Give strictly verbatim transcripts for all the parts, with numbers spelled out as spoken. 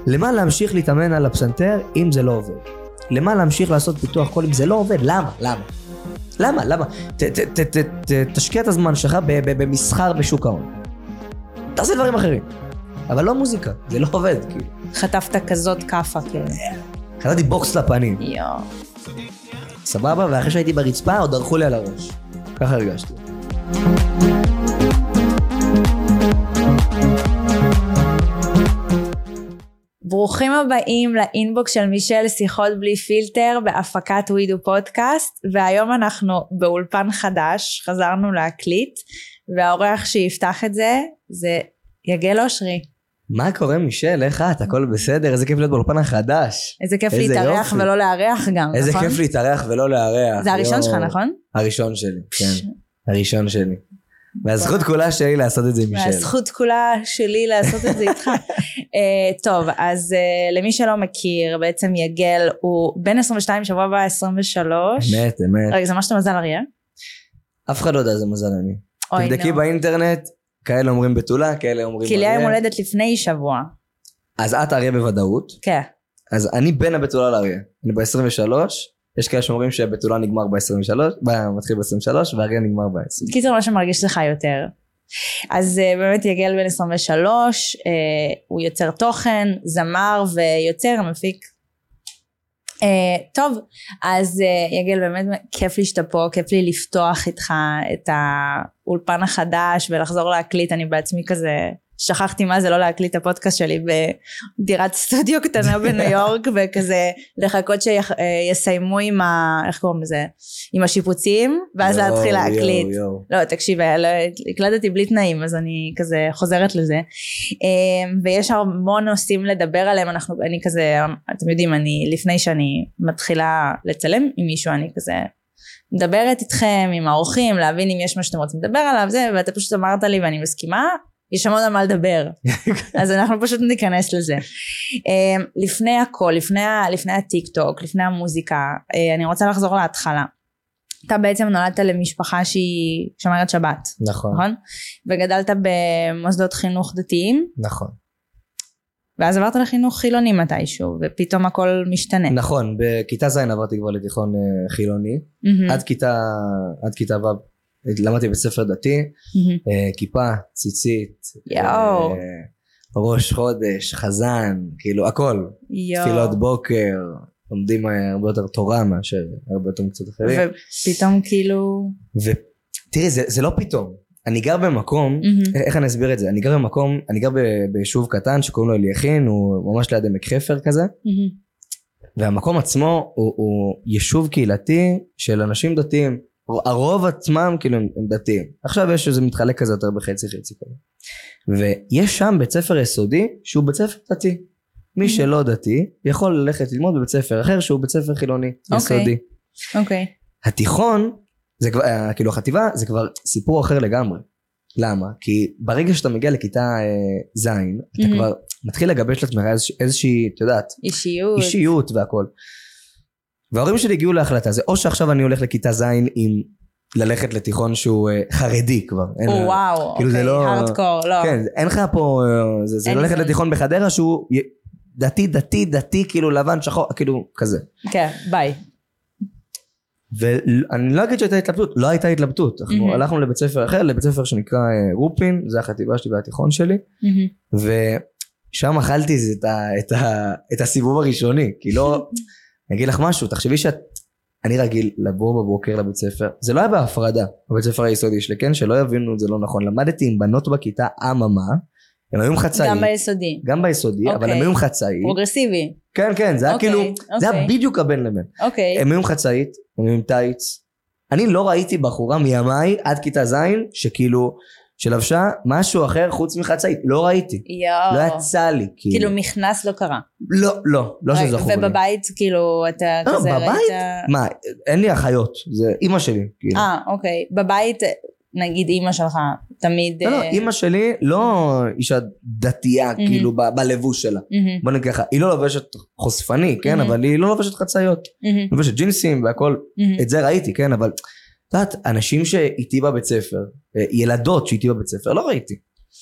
למה להמשיך להתאמן על הפסנתר אם זה לא עובד? למה להמשיך לעשות פיתוח קול אם זה לא עובד? למה? למה? למה? למה? ת, ת, ת, ת, ת, תשקיע את הזמן שלך במסחר בשוק ההון. תעשה דברים אחרים. אבל לא מוזיקה, זה לא עובד, כאילו. חטפת כזאת קפה, כאילו. חטפתי בוקס לפנים. יו. סבבה, ואחרי שהייתי ברצפה, עוד דרכו לי על הראש. ככה הרגשתי. ברוכים הבאים לאינבוקס של מישל, שיחות בלי פילטר, בהפקת ווידו פודקאסט, והיום אנחנו באולפן חדש, חזרנו להקליט, והאורח שיפתח את זה, זה יגל אושרי. מה קורה מישל? איך את? הכל בסדר? איזה כיף להיות באולפן החדש. איזה כיף להתארח ולא לארח גם, נכון? איזה כיף להתארח ולא לארח. זה הראשון שלך, נכון? הראשון שלי, כן. הראשון שלי. והזכות כולה שלי לעשות את זה עם מישל. והזכות כולה שלי לעשות את זה איתך. טוב, אז למי שלא מכיר, בעצם יגל הוא בן עשרים ושתיים, שבוע הבא עשרים ושלוש. אמת, אמת. רגע, זה מה שאתה מזל אריה? אף אחד לא יודע איזה מזל אני. תבדקי באינטרנט, כאלה אומרים בתולה, כאלה אומרים כי לי היה מולדת לפני שבוע. אז את אריה בוודאות. כן. אז אני בין הבתולה לאריה. אני ב-עשרים ושלוש, יש כאלה שאומרים שהבתולה נגמר ב-עשרים ושלוש, מתחיל ב-עשרים ושלוש, והאריה נגמר ב-עשרים. קיצור, מה שמרגיש לך יותר. אז באמת יגל בן עשרים ושלוש, הוא יוצר תוכן, זמר ויוצר, מפיק. טוב, אז יגל באמת כיף לי שאתה פה, כיף לי לפתוח איתך את האולפן החדש ולחזור להקליט, אני בעצמי כזה שכחתי מה זה לא להקליט את הפודקאסט שלי בדירת סטודיו קטנה בניו יורק, וכזה לחכות שיסיימו עם ה... איך קוראים לזה? עם השיפוצים, ואז להתחיל להקליט. לא, תקשיב, הקלטתי בלי תנאים, אז אני כזה חוזרת לזה. ויש המון נושאים לדבר עליהם, אנחנו, אני כזה, אתם יודעים, אני לפני שאני מתחילה לצלם עם מישהו, אני כזה מדברת איתכם, עם האורחים, להבין אם יש מה שאתם רוצים לדבר עליו, זה, ואתה פשוט אמרת לי ואני מסכימה, יש המון על מה לדבר, אז אנחנו פשוט ניכנס לזה. לפני הכל, לפני, לפני הטיק טוק, לפני המוזיקה, אני רוצה לחזור להתחלה. אתה בעצם נולדת למשפחה שהיא שומרת שבת. נכון. נכון? וגדלת במוסדות חינוך דתיים. נכון. ואז עברת לחינוך חילוני מתישהו, ופתאום הכל משתנה. נכון, בכיתה ז' עברתי כבר לתיכון חילוני, עד כיתה, עד כיתה ו'. למדתי בספר דתי, כיפה, ציצית, ראש חודש, חזן, כאילו הכל, תפילות בוקר, לומדים הרבה יותר תורה מאשר הרבה יותר מקצות אחרים. ופתאום כאילו... ותראי, זה לא פתאום, אני גר במקום, איך אני אסביר את זה? אני גר במקום, אני גר ביישוב קטן שקוראים לו אליכין, הוא ממש ליד עמק חפר כזה, והמקום עצמו הוא יישוב קהילתי של אנשים דתיים, הרוב עצמם כאילו הם דתיים. עכשיו יש איזה מתחלק כזה יותר בחצי חצי כזה. ויש שם בית ספר יסודי שהוא בית ספר דתי. מי שלא דתי יכול ללכת ללמוד בבית ספר אחר שהוא בית ספר חילוני יסודי. אוקיי. התיכון, זה כבר, כאילו החטיבה זה כבר סיפור אחר לגמרי. למה? כי ברגע שאתה מגיע לכיתה ז', אתה כבר מתחיל לגבש לעצמך איזושהי, את יודעת, אישיות. אישיות והכל. וההורים שלי הגיעו להחלטה, זה או שעכשיו אני הולך לכיתה ז' עם ללכת לתיכון שהוא חרדי כבר. וואו, אוקיי, הארדקור, לא. כן, אין לך פה, זה ללכת לתיכון בחדרה שהוא דתי, דתי, דתי, כאילו לבן, שחור, כאילו כזה. כן, ביי. ואני לא אגיד שהייתה התלבטות, לא הייתה התלבטות. אנחנו הלכנו לבית ספר אחר, לבית ספר שנקרא רופין, זה החטיבה שלי והתיכון שלי, ושם אכלתי את הסיבוב הראשוני, כי לא... אני אגיד לך משהו, תחשבי שאת, אני רגיל לבוא בבוקר לבית ספר, זה לא היה בהפרדה, בבית ספר היסודי שלי, כן, שלא יבינו את זה לא נכון, למדתי עם בנות בכיתה אממה, הם היו עם חצאי, גם ביסודי, גם ביסודי, okay. אבל הם היו עם חצאי, פרוגרסיבי, כן, כן, זה היה okay. כאילו, okay. זה היה בדיוק הבן לבן, okay. הם היו עם חצאית, הם היו עם טייץ, אני לא ראיתי בחורה מימיי עד כיתה זין, שכאילו, שלבשה משהו אחר חוץ מחצאית, לא ראיתי, יו. לא יצא לי, כאילו, כאילו מכנס לא קרה, לא, לא, לא שזכור לי, ובבית כאילו אתה לא, כזה בבית? ראית, מה, אין לי אחיות, זה אמא שלי, כאילו, אה, אוקיי, בבית, נגיד אמא שלך, תמיד, לא, לא, אמא שלי לא אישה דתייה, כאילו, בלבוש שלה, בוא נגיד ככה, היא לא לובשת חושפני, כן, אבל היא לא לובשת חצאיות, היא לובשת ג'ינסים והכל, את זה ראיתי, כן, אבל, את יודעת, אנשים שאיתי בבית ספר, ילדות שאיתי בבית ספר, לא ראיתי.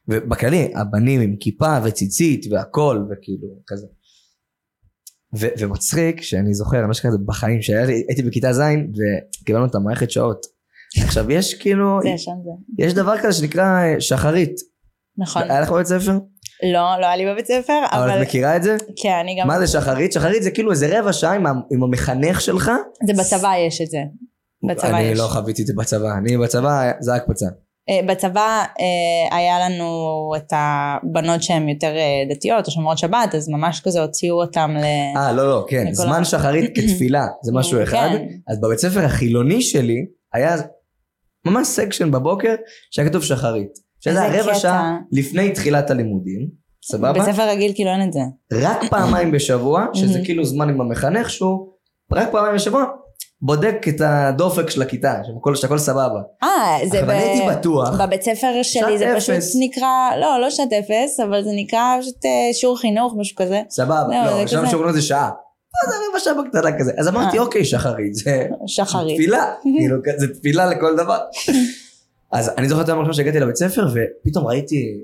ובכללי, הבנים עם כיפה וציצית והכל, וכאילו, כזה. ו- ומצחיק, שאני זוכר, אני משהו כזה בחיים, שהייתי בכיתה זין, וקיבלנו את המערכת שעות. עכשיו, יש כאילו, זה ישן זה. יש דבר כזה שנקרא שחרית. נכון. היה לך בבית ספר? לא, לא היה לי בבית ספר, אבל... אבל את מכירה את זה? כן, אני גם... מה זה שחרית? שחרית זה כאילו איזה רבע שעה עם המחנך שלך. זה בצבא יש את זה. בצבא אני יש. לא חוויתי את זה בצבא, אני בצבא זה הקפצה. בצבא היה לנו את הבנות שהן יותר דתיות או שומרות שבת, אז ממש כזה הוציאו אותם ל... אה, לא, לא, כן, זמן שחרית כתפילה, זה משהו אחד. אז בבית ספר החילוני שלי היה ממש סקשן בבוקר שהיה כתוב שחרית. שזה הרבע שעה לפני תחילת הלימודים, סבבה? בספר רגיל כאילו אין את זה. רק פעמיים בשבוע, שזה כאילו זמן עם המחנך שהוא, רק פעמיים בשבוע, בודק את הדופק של הכיתה, שהכל סבבה. אה, זה אבל הייתי בטוח. בבית ספר שלי זה פשוט נקרא, לא, לא שעת אפס, אבל זה נקרא פשוט שיעור חינוך, משהו כזה. סבבה, לא, שם שיעור חינוך זה שעה. זה רבע שעה בקטנה כזה. אז אמרתי, אוקיי, שחרית, זה תפילה, זה תפילה לכל דבר. אז אני זוכר את היום הראשון שהגעתי לבית ספר, ופתאום ראיתי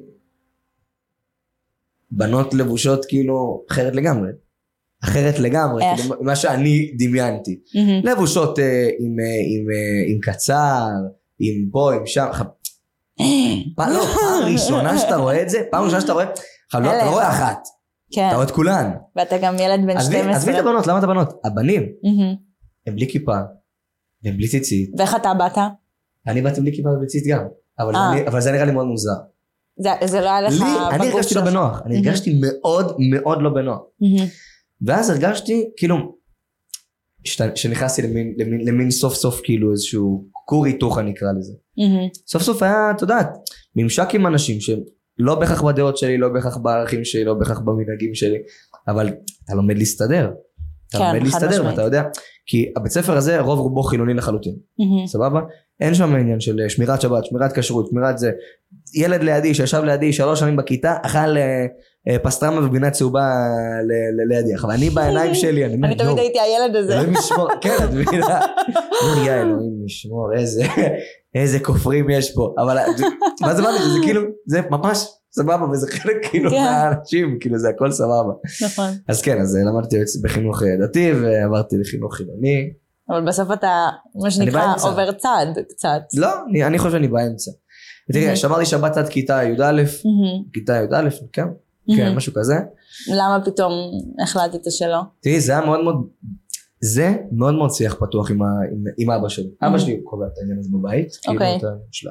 בנות לבושות כאילו אחרת לגמרי. אחרת לגמרי, מה שאני דמיינתי. לבושות עם קצר, עם פה, עם שם. לא, פעם ראשונה שאתה רואה את זה, פעם ראשונה שאתה רואה, אתה לא רואה אחת, אתה רואה את כולן. ואתה גם ילד בן שתים עשרה. עזבי את הבנות, למה את הבנות? הבנים, הם בלי כיפה, הם בלי ציצית. ואיך אתה באת? אני באתי בלי כיפה ובלי ציצית גם, אבל זה נראה לי מאוד מוזר. זה לא היה לך בגוף שלך. אני הרגשתי לא בנוח, אני הרגשתי מאוד מאוד לא בנוח. ואז הרגשתי כאילו שנכנסתי למין, למין, למין סוף סוף כאילו איזשהו כור היתוך אני אקרא לזה. סוף סוף היה, אתה יודעת, ממשק עם אנשים שלא בהכרח בדעות שלי, לא בהכרח בערכים שלי, לא בהכרח במנהגים שלי, אבל אתה לומד להסתדר. אתה לומד להסתדר ואתה יודע, כי הבית ספר הזה רוב רובו חילוני לחלוטין. סבבה? אין שם עניין של שמירת שבת, שמירת כשרות, שמירת זה. ילד לידי שישב לידי שלוש שנים בכיתה, אכל פסטרמה ובינה צהובה לידי. אבל אני בעיניים שלי, אני אני תמיד הייתי הילד הזה. אלוהים ישמור, כן, את מבינה. יא אלוהים ישמור, איזה כופרים יש פה. אבל מה זה מה זה? זה כאילו, זה ממש סבבה, וזה חלק כאילו מהאנשים, כאילו זה הכל סבבה. נכון. אז כן, אז למדתי בחינוך דתי, ועברתי לחינוך חילוני. אבל בסוף אתה, מה שנקרא, עובר צד קצת. לא, אני חושב שאני באמצע. תראי, שמרתי שבת עד כיתה י"א, כיתה י"א, כן, כן, משהו כזה. למה פתאום החלטת שלא? תראי, זה היה מאוד מאוד, זה מאוד מאוד שיח פתוח עם אבא שלי. אבא שלי קובע את העניין הזה בבית, כאילו את השלה,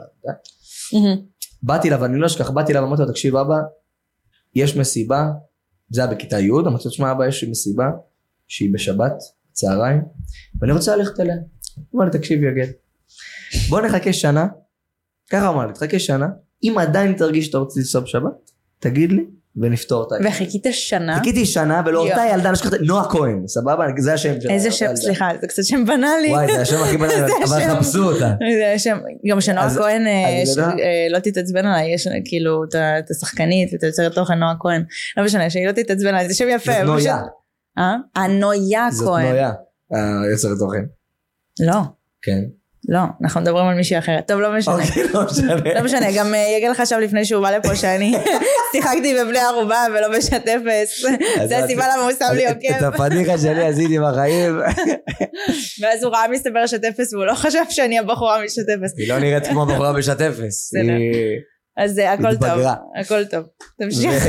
באתי לה, ואני לא אשכח, באתי לה ואמרתי לו, תקשיב אבא, יש מסיבה, זה היה בכיתה י', אמרתי לו, תשמע אבא, יש מסיבה, שהיא בשבת, צהריים, ואני רוצה ללכת אליה. הוא אמר לי, תקשיב יגל, בוא נחכה שנה, ככה אמר לי, תחכה שנה, אם עדיין תרגיש שאתה רוצה לנסוע בשבת, תגיד לי, ונפתור אותה. וחיכית שנה? חיכיתי שנה, ולאותה ילדה, אני שכחתי, נועה כהן, סבבה? זה השם שלה. איזה שם, סליחה, זה קצת שם בנאלי. וואי, זה השם הכי בנאלי, אבל חפשו אותה. זה השם, גם שנועה כהן, לא תתעצבן עליי, יש כאילו את השחקנית, את היוצרת תוכן נועה כהן, לא משנה, שהיא לא תתעצבן עליי, זה שם יפה. זאת נויה. אה? הנויה כהן. זאת נויה, היוצרת תוכן. לא. כן. לא, אנחנו מדברים על מישהי אחרת. טוב, לא משנה. לא משנה. לא משנה, גם יגל חשב לפני שהוא בא לפה שאני שיחקתי בבני ערובה ולא בשעת אפס. זה הסיבה למה הוא שם לי עוקב. את הפדיחה שלי עשיתי בחיים. ואז הוא ראה מסתבר שעת אפס והוא לא חשב שאני הבחורה משעת אפס. היא לא נראית כמו הבחורה בשעת אפס. אז הכל טוב, הכל טוב. תמשיך.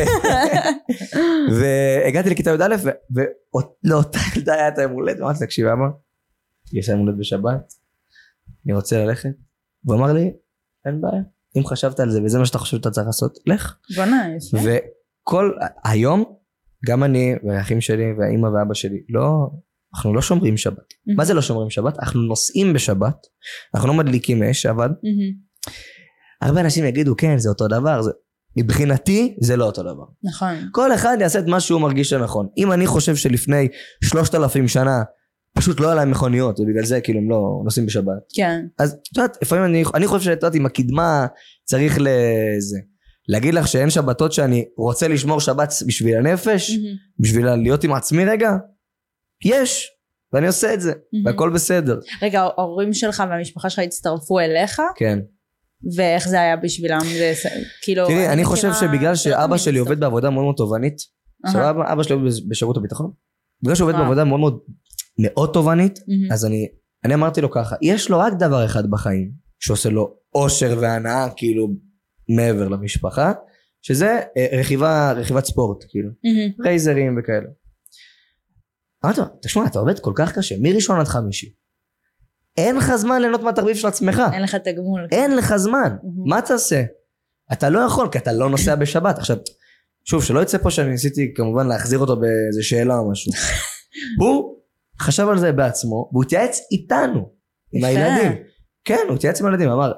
והגעתי לכיתה י"א ולאותה ילדה היה את היום הולדת, ואמרתי תקשיב אמה, יש היום הולדת בשבת. אני רוצה ללכת, והוא אמר לי, אין בעיה, אם חשבת על זה, וזה מה שאתה חושב שאתה צריך לעשות, לך. בונה, יפה. וכל, היום, גם אני, והאחים שלי, והאמא ואבא שלי, לא, אנחנו לא שומרים שבת. מה זה לא שומרים שבת? אנחנו נוסעים בשבת, אנחנו לא מדליקים אש, אבל, הרבה אנשים יגידו, כן, זה אותו דבר, מבחינתי, זה לא אותו דבר. נכון. כל אחד יעשה את מה שהוא מרגיש שנכון. אם אני חושב שלפני שלושת אלפים שנה, פשוט לא היה להם מכוניות, ובגלל זה כאילו הם לא נוסעים בשבת. כן. אז את יודעת, לפעמים אני, אני חושב שאת יודעת, עם הקדמה צריך לזה. להגיד לך שאין שבתות שאני רוצה לשמור שבת בשביל הנפש, mm-hmm. בשביל להיות עם עצמי רגע, יש, ואני עושה את זה, mm-hmm. והכל בסדר. רגע, ההורים שלך והמשפחה שלך הצטרפו אליך? כן. ואיך זה היה בשבילם, זה כאילו... תראי, אני חושב שבגלל שאבא שלי עובד בעבודה מאוד מאוד תובנית, אבא שלי עובד בשירות הביטחון, בגלל שהוא עובד בעבודה מאוד מאוד מאוד תובנית, אז אני אני אמרתי לו ככה, יש לו רק דבר אחד בחיים, שעושה לו אושר והנאה, כאילו, מעבר למשפחה, שזה רכיבה, רכיבת ספורט, כאילו, רייזרים וכאלה. אמרתי לו, תשמע, אתה עובד כל כך קשה, מראשון עד חמישי, אין לך זמן ליהנות מהתרביב של עצמך. אין לך תגמול. אין לך זמן. מה תעשה? אתה לא יכול, כי אתה לא נוסע בשבת. עכשיו, שוב, שלא יצא פה שאני ניסיתי כמובן להחזיר אותו באיזה שאלה או משהו. הוא חשב על זה בעצמו, והוא התייעץ איתנו, עם הילדים. כן, הוא התייעץ עם הילדים, אמר,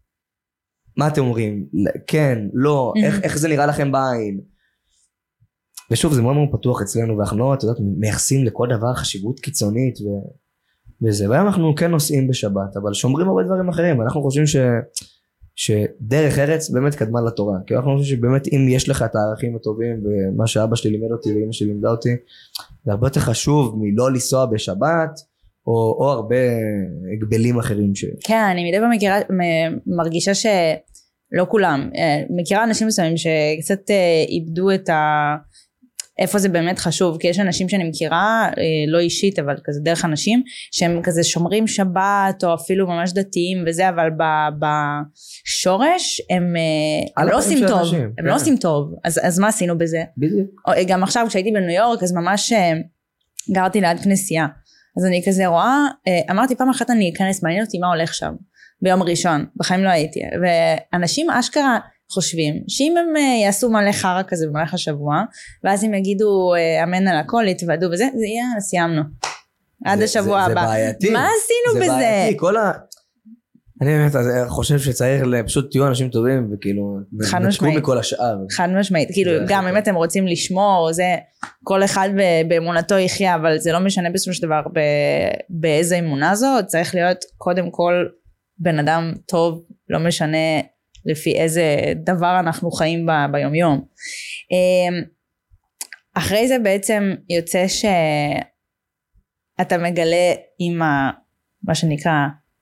מה אתם אומרים? כן, לא, איך זה נראה לכם בעין? ושוב, זה מאוד מאוד פתוח אצלנו, ואנחנו לא, אתה יודעת, מייחסים לכל דבר חשיבות קיצונית, וזה, והיום אנחנו כן נוסעים בשבת, אבל שומרים הרבה דברים אחרים, אנחנו חושבים ש... שדרך ארץ באמת קדמה לתורה, כי אנחנו חושבים שבאמת אם יש לך את הערכים הטובים, ומה שאבא שלי לימד אותי ואמא שלי לימדה אותי, זה הרבה יותר חשוב מלא לנסוע בשבת, או, או הרבה הגבלים אחרים ש... כן, אני מדי פעם מכירה, מרגישה שלא כולם, מכירה אנשים מסוימים שקצת איבדו את ה... איפה זה באמת חשוב, כי יש אנשים שאני מכירה, לא אישית, אבל כזה דרך אנשים, שהם כזה שומרים שבת, או אפילו ממש דתיים וזה, אבל בשורש, הם, הם לא עושים טוב, אנשים, הם כן. לא עושים טוב, אז, אז מה עשינו בזה? בדיוק. גם עכשיו כשהייתי בניו יורק, אז ממש גרתי ליד כנסייה, אז אני כזה רואה, אמרתי פעם אחת אני אכנס, מעניין אותי מה הולך שם, ביום ראשון, בחיים לא הייתי, ואנשים אשכרה, חושבים שאם הם יעשו מלא חרה כזה במהלך השבוע, ואז הם יגידו אמן על הכל, יתוועדו וזה, זה יהיה, סיימנו. עד השבוע הבא. זה בעייתי. מה עשינו בזה? זה בעייתי, כל ה... אני באמת חושב שצריך פשוט תהיו אנשים טובים, וכאילו, נתקו מכל השאר. חד משמעית, כאילו גם אם אתם רוצים לשמור, זה כל אחד באמונתו יחיה, אבל זה לא משנה בסופו של דבר באיזה אמונה זאת, צריך להיות קודם כל בן אדם טוב, לא משנה לפי איזה דבר אנחנו חיים ב- ביום יום. אחרי זה בעצם יוצא שאתה מגלה עם ה, מה שנקרא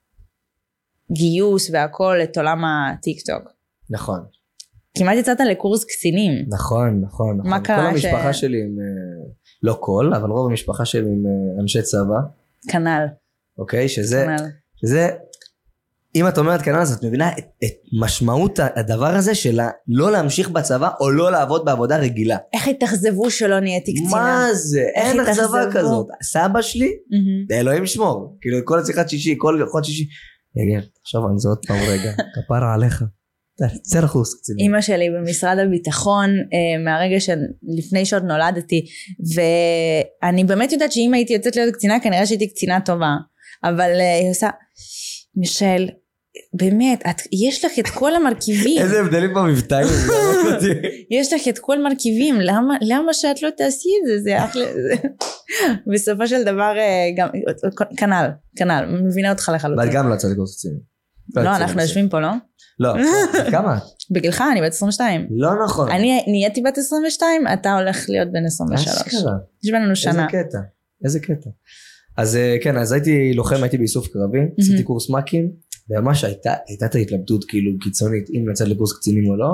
גיוס והכל את עולם הטיק טוק. נכון. כמעט יצאת לקורס קצינים. נכון, נכון. מה נכון. קרה? כל המשפחה ש... שלי, עם, לא כל, אבל רוב המשפחה שלי עם אנשי צבא. כנל. אוקיי, שזה... כנל. שזה... אם את אומרת כנראה, אז את מבינה את, את משמעות הדבר הזה של לא להמשיך בצבא או לא לעבוד בעבודה רגילה. איך התאכזבו שלא נהייתי קצינה? מה זה? אין אכזבה כזאת. סבא שלי, אלוהים שמור. כאילו כל השיחת שישי, כל חוד שישי. יגל, עכשיו אני זה עוד פעם רגע. כפרה עליך. צא לחוס קצינה. אמא שלי במשרד הביטחון, מהרגע שלפני שעוד נולדתי, ואני באמת יודעת שאם הייתי יוצאת להיות קצינה, כנראה שהייתי קצינה טובה. אבל היא עושה... מישל, באמת, את, יש לך את כל המרכיבים. איזה הבדלים במבטאים. יש לך את כל מרכיבים, למה, למה שאת לא תעשי את זה? זה אחלה. בסופו של דבר, גם, כנל, כנל, מבינה אותך לחלוטין. ואת גם לא יצאת לקורס קצינים. לא, אנחנו יושבים פה, לא? לא, כמה? בגילך, אני בת עשרים ושתיים. לא נכון. אני נהייתי בת עשרים ושתיים, אתה הולך להיות בן עשרים ושלוש. יש בינינו שנה. איזה קטע, איזה קטע. אז כן, אז הייתי לוחם, הייתי באיסוף קרבי, עשיתי קורס מקים, וממש הייתה, הייתה את ההתלבטות כאילו קיצונית, אם לצאת לקורס קצינים או לא,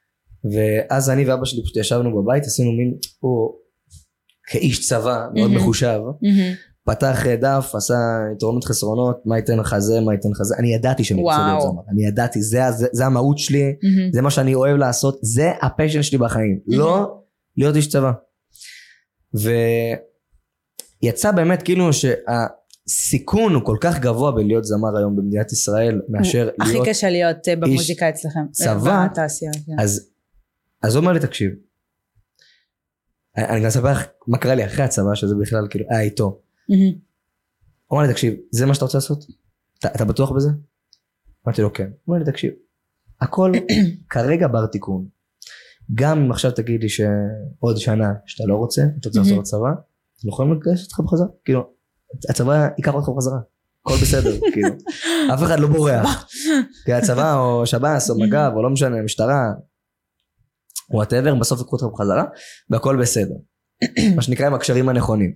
ואז אני ואבא שלי פשוט ישבנו בבית, עשינו מין, הוא כאיש צבא, מאוד מחושב, פתח דף, עשה יתרונות חסרונות, מה ייתן לך זה, מה ייתן לך זה, אני ידעתי שאני רוצה להיות זמר, אני ידעתי, זה, זה, זה המהות שלי, זה מה שאני אוהב לעשות, זה הפשן שלי בחיים, לא להיות איש צבא. ו... יצא באמת כאילו שהסיכון הוא כל כך גבוה בלהיות זמר היום במדינת ישראל, מאשר להיות... הכי קשה להיות במוזיקה אצלכם. צבא. אז, אז הוא אומר לי, תקשיב, אני גם אספר לך מה קרה לי אחרי הצבא, שזה בכלל כאילו, היה איתו. הוא אומר לי, תקשיב, זה מה שאתה רוצה לעשות? אתה, אתה בטוח בזה? אמרתי לו, כן. הוא אומר לי, תקשיב, הכל כרגע בר תיקון. גם אם עכשיו תגיד לי שעוד שנה שאתה לא רוצה, אתה רוצה לעשות לצבא, לא יכולים לגייס אותך בחזרה, כאילו, הצבא ייקח אותך בחזרה, הכל בסדר, כאילו, אף אחד לא בורח, כי הצבא או שב"ס או מג"ב או לא משנה, משטרה, whatever, בסוף יקחו אותך בחזרה, והכל בסדר, מה שנקרא עם הקשרים הנכונים,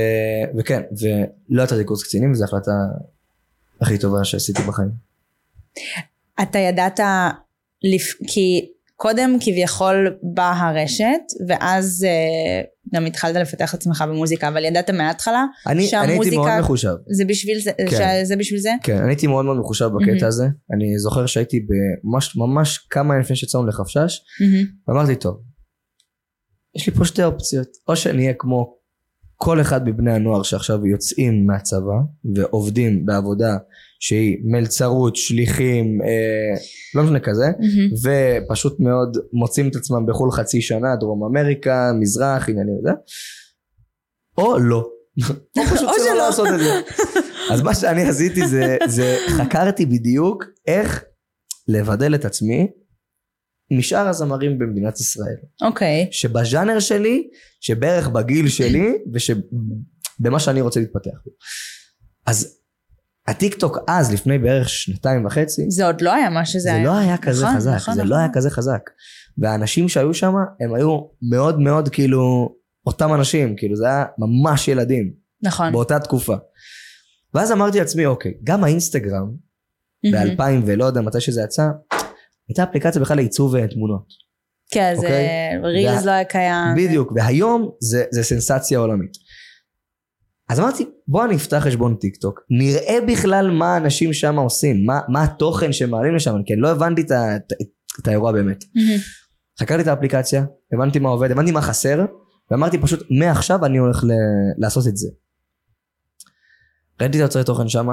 וכן, ולא יצאתי קורס קצינים, וזו החלטה הכי טובה שעשיתי בחיים. אתה ידעת, כי קודם כביכול באה הרשת, ואז גם התחלת לפתח את עצמך במוזיקה, אבל ידעת מההתחלה שהמוזיקה... אני הייתי מאוד מחושב. זה בשביל זה? כן. זה בשביל זה? כן, אני הייתי מאוד מאוד מחושב בקטע הזה. אני זוכר שהייתי ממש, ממש כמה לפני שיצאנו לחפשש, ואמרתי, טוב, יש לי פה שתי אופציות, או שאני אהיה כמו כל אחד מבני הנוער שעכשיו יוצאים מהצבא, ועובדים בעבודה שהיא מלצרות, שליחים, אה, לא משנה כזה, mm-hmm. ופשוט מאוד מוצאים את עצמם בחול חצי שנה, דרום אמריקה, מזרח, עניינים וזה, או לא, או פשוט שלא לעשות את זה. אז מה שאני עשיתי זה, זה חקרתי בדיוק איך לבדל את עצמי, משאר הזמרים במדינת ישראל. אוקיי. Okay. שבז'אנר שלי, שבערך בגיל שלי, ובמה שאני רוצה להתפתח. אז הטיק טוק אז, לפני בערך שנתיים וחצי, זה עוד לא היה מה שזה היה. זה לא היה כזה נכון, חזק, נכון, זה נכון. לא היה כזה חזק. והאנשים שהיו שם, הם היו מאוד מאוד כאילו, אותם אנשים, כאילו זה היה ממש ילדים. נכון. באותה תקופה. ואז אמרתי לעצמי, אוקיי, גם האינסטגרם, ב-אלפיים ולא יודע מתי שזה יצא, הייתה אפליקציה בכלל לעיצוב תמונות. כן, זה רילס לא היה קיים. בדיוק, והיום זה, זה סנסציה עולמית. אז אמרתי, בוא נפתח חשבון טיק טוק, נראה בכלל מה האנשים שם עושים, מה, מה התוכן שמעלים לשם, כי אני לא הבנתי את, את, את האירוע באמת. חקרתי את האפליקציה, הבנתי מה עובד, הבנתי מה חסר, ואמרתי פשוט, מעכשיו אני הולך ל, לעשות את זה. ראיתי את יוצרי תוכן שם,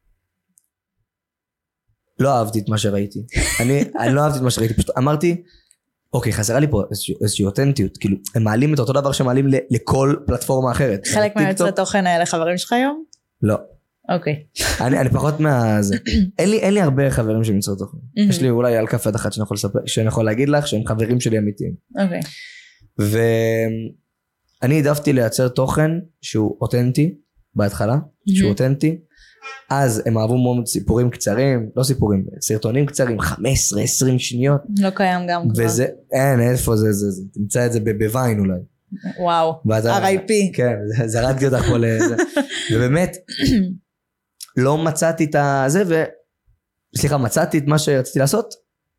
לא אהבתי את מה שראיתי. אני, אני לא אהבתי את מה שראיתי, פשוט אמרתי, אוקיי, חסרה לי פה איזושהי אותנטיות, כאילו, הם מעלים את אותו דבר שמעלים לכל פלטפורמה אחרת. חלק מהיוצרי תוכן האלה חברים שלך היום? לא. אוקיי. אני, אני פחות מה... אין לי, אין לי הרבה חברים שהם יוצרי תוכן. יש לי אולי על כף יד אחת שאני יכול לספר, שאני יכול להגיד לך, שהם חברים שלי אמיתיים. אוקיי. ואני העדפתי לייצר תוכן שהוא אותנטי, בהתחלה, שהוא אותנטי, אז הם אהבו מאוד סיפורים קצרים, לא סיפורים, סרטונים קצרים, חמש עשרה עשרים שניות. לא קיים גם כבר. וזה, אין, איפה זה, זה, זה, תמצא את זה בוויין אולי. וואו, אר איי פי. כן, זרקתי אותך פה לזה. ובאמת, לא מצאתי את זה, ו... סליחה, מצאתי את מה שרציתי לעשות,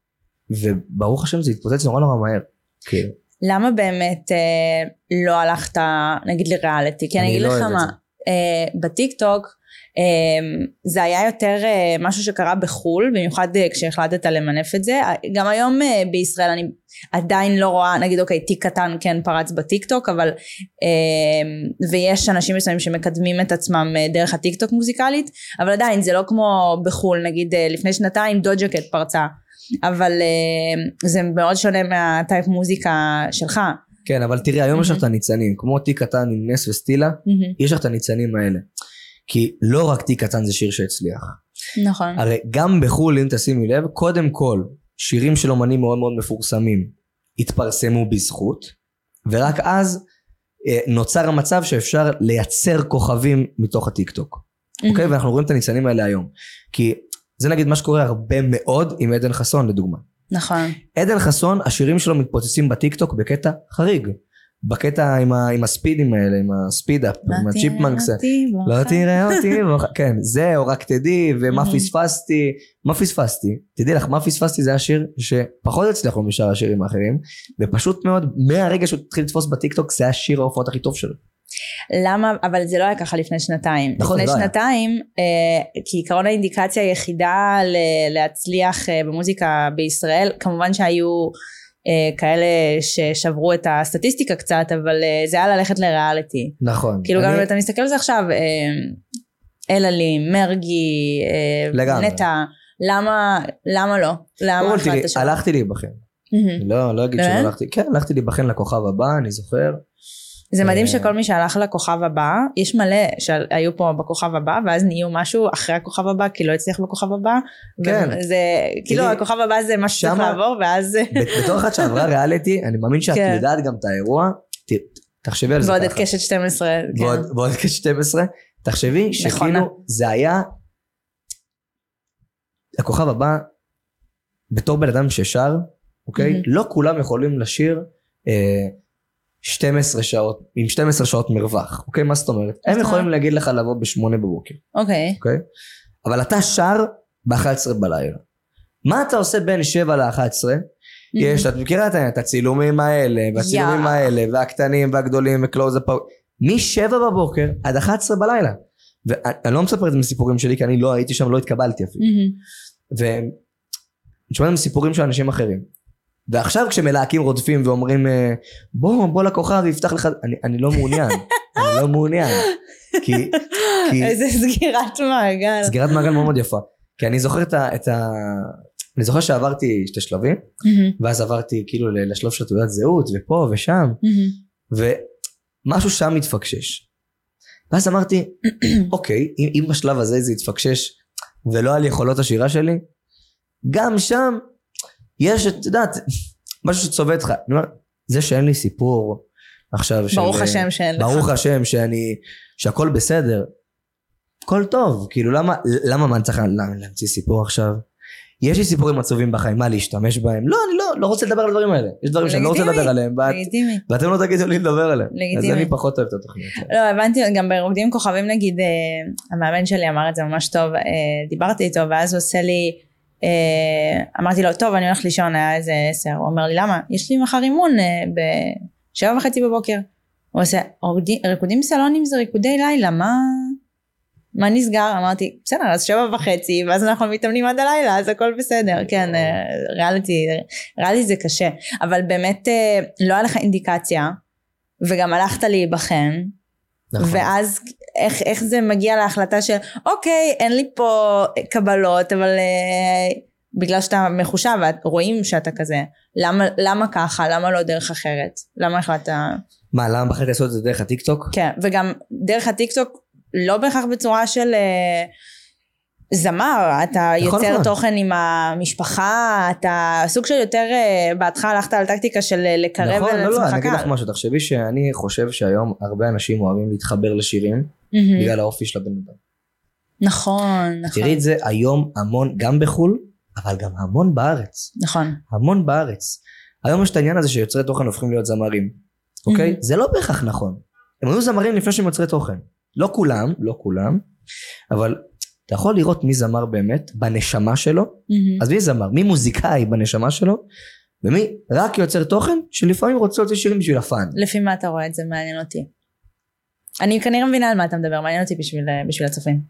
וברוך השם זה התפוצץ נורא נורא מהר. כן. למה באמת אה, לא הלכת, נגיד לריאליטי? כי אני אגיד לך מה, אה, בטיק טוק, זה היה יותר משהו שקרה בחול, במיוחד כשהחלטת למנף את זה. גם היום בישראל אני עדיין לא רואה, נגיד אוקיי, תיק קטן כן פרץ בטיק טוק, אבל ויש אנשים מסוימים שמקדמים את עצמם דרך הטיק טוק מוזיקלית, אבל עדיין זה לא כמו בחול, נגיד לפני שנתיים דוג'ה קט פרצה, אבל זה מאוד שונה מהטייפ מוזיקה שלך. כן, אבל תראי, היום יש לך את הניצנים, כמו תיק קטן עם נס וסטילה, יש לך את הניצנים האלה. כי לא רק תיק קטן זה שיר שהצליח. נכון. הרי גם בחול, אם תשימי לב, קודם כל, שירים של אומנים מאוד מאוד מפורסמים, התפרסמו בזכות, ורק אז אה, נוצר המצב שאפשר לייצר כוכבים מתוך הטיק טוק. אוקיי? ואנחנו רואים את הניצנים האלה היום. כי זה נגיד מה שקורה הרבה מאוד עם עדן חסון, לדוגמה. נכון. עדן חסון, השירים שלו מתפוצצים בטיק טוק בקטע חריג. בקטע עם, ה, עם הספידים האלה, עם הספיד-אפ, עם הצ'יפמנקס. לא תראה אותי, כן, זה, או רק תדעי, ומה פספסתי, מה פספסתי, תדעי לך, מה פספסתי זה השיר שפחות הצליח לו משאר השירים האחרים, ופשוט מאוד, מהרגע שהוא התחיל לתפוס בטיקטוק, זה השיר ההופעות הכי טוב שלו. למה? אבל זה לא היה ככה לפני שנתיים. נכון, לפני לא שנתיים, אה, כי עיקרון האינדיקציה היחידה ל- להצליח אה, במוזיקה בישראל, כמובן שהיו אה, כאלה ששברו את הסטטיסטיקה קצת, אבל אה, זה היה ללכת לריאליטי. נכון. כאילו אני... גם אם אתה מסתכל על זה עכשיו, אה, אלעלי, מרגי, אה, נטע, למה, למה לא? למה תראי, הלכתי להיבחן. לא, לא אגיד שהלכתי, כן, הלכתי להיבחן לכוכב הבא, אני זוכר. זה מדהים שכל מי שהלך לכוכב הבא, יש מלא שהיו פה בכוכב הבא, ואז נהיו משהו אחרי הכוכב הבא, כי לא הצליח בכוכב הבא, וזה, כאילו הכוכב הבא זה משהו שצריך לעבור, ואז... בתור אחת שעברה ריאליטי, אני מאמין שאת יודעת גם את האירוע, תחשבי על זה ככה. ועוד את קשת שתים עשרה. ועוד את קשת שתים עשרה, תחשבי שכאילו זה היה, הכוכב הבא, בתור בן אדם ששר, אוקיי? לא כולם יכולים לשיר, שתים עשרה שעות, עם שתים עשרה שעות מרווח, אוקיי? מה זאת אומרת? הם יכולים להגיד לך לבוא בשמונה בבוקר. אוקיי. אוקיי? אבל אתה שר ב-אחת עשרה בלילה. מה אתה עושה בין שבע ל-אחת עשרה? יש, את מכירה את הצילומים האלה, והצילומים האלה, והקטנים והגדולים וקלוז-אפ, משבע בבוקר עד אחת עשרה בלילה. ואני לא מספר את זה מסיפורים שלי, כי אני לא הייתי שם, לא התקבלתי אפילו. ואני שומע מסיפורים של אנשים אחרים. ועכשיו כשמלהקים רודפים ואומרים, בוא, בוא לכוכב, יפתח לך, אני, אני לא מעוניין. אני לא מעוניין. כי, כי... איזה סגירת מעגל. סגירת מעגל מאוד מאוד יפה. כי אני זוכר את ה... את ה... אני זוכר שעברתי שתי שלבים, ואז עברתי כאילו לשלב של תעודת זהות, ופה ושם, ומשהו שם מתפקשש. ואז אמרתי, אוקיי, אם בשלב הזה זה התפקשש, ולא על יכולות השירה שלי, גם שם יש, את יודעת, משהו שצובע אותך. זה שאין לי סיפור עכשיו, ברוך השם שאין לך. ברוך השם שאני, שהכל בסדר, הכל טוב, כאילו למה, למה מה אני צריך להמציא סיפור עכשיו? יש לי סיפורים עצובים בחיים, מה להשתמש בהם? לא, אני לא, לא רוצה לדבר על הדברים האלה. יש דברים שאני לא רוצה לדבר עליהם, ואתם לא תגידו לי לדבר עליהם. אז אני פחות אוהב את התוכניות. לא, הבנתי, גם ברוקדים כוכבים נגיד, המאמן שלי אמר את זה ממש טוב, דיברתי איתו, ואז הוא עושה לי, אמרתי לו, טוב, אני הולך לישון, היה איזה עשר, הוא אומר לי, למה? יש לי מחר אימון בשבע וחצי בבוקר. הוא עושה, ריקודים סלונים זה ריקודי לילה, מה... מה נסגר? אמרתי, בסדר, אז שבע וחצי, ואז אנחנו מתאמנים עד הלילה, אז הכל בסדר, כן, ריאליטי, ריאליטי זה קשה, אבל באמת לא היה לך אינדיקציה, וגם הלכת להיבחן, ואז איך, איך זה מגיע להחלטה של, אוקיי, אין לי פה קבלות, אבל בגלל שאתה מחושב, רואים שאתה כזה, למה, למה ככה, למה לא דרך אחרת? למה החלטת? מה, למה בחרת לעשות את זה דרך הטיקטוק? כן, וגם דרך הטיקטוק, לא בהכרח בצורה של uh, זמר, אתה נכון יוצר נכון. תוכן עם המשפחה, אתה סוג של יותר, uh, בהתחלה הלכת על טקטיקה של לקרב נכון, לעצמך לא, לא, אני אגיד לך משהו, תחשבי שאני חושב שהיום הרבה אנשים אוהבים להתחבר לשירים, mm-hmm. בגלל האופי של הבן אדם. נכון, נכון. תראי את זה היום המון, גם בחול, אבל גם המון בארץ. נכון. המון בארץ. היום יש את העניין הזה שיוצרי תוכן הופכים להיות זמרים, אוקיי? Mm-hmm. זה לא בהכרח נכון. הם היו זמרים לפני שהם יוצרי תוכן. לא כולם, לא כולם, אבל אתה יכול לראות מי זמר באמת בנשמה שלו, mm-hmm. אז מי זמר, מי מוזיקאי בנשמה שלו, ומי רק יוצר תוכן שלפעמים רוצה להוציא שירים בשביל הפאן. לפי מה אתה רואה את זה? מעניין אותי. אני כנראה מבינה על מה אתה מדבר, מעניין אותי בשביל, בשביל הצופים.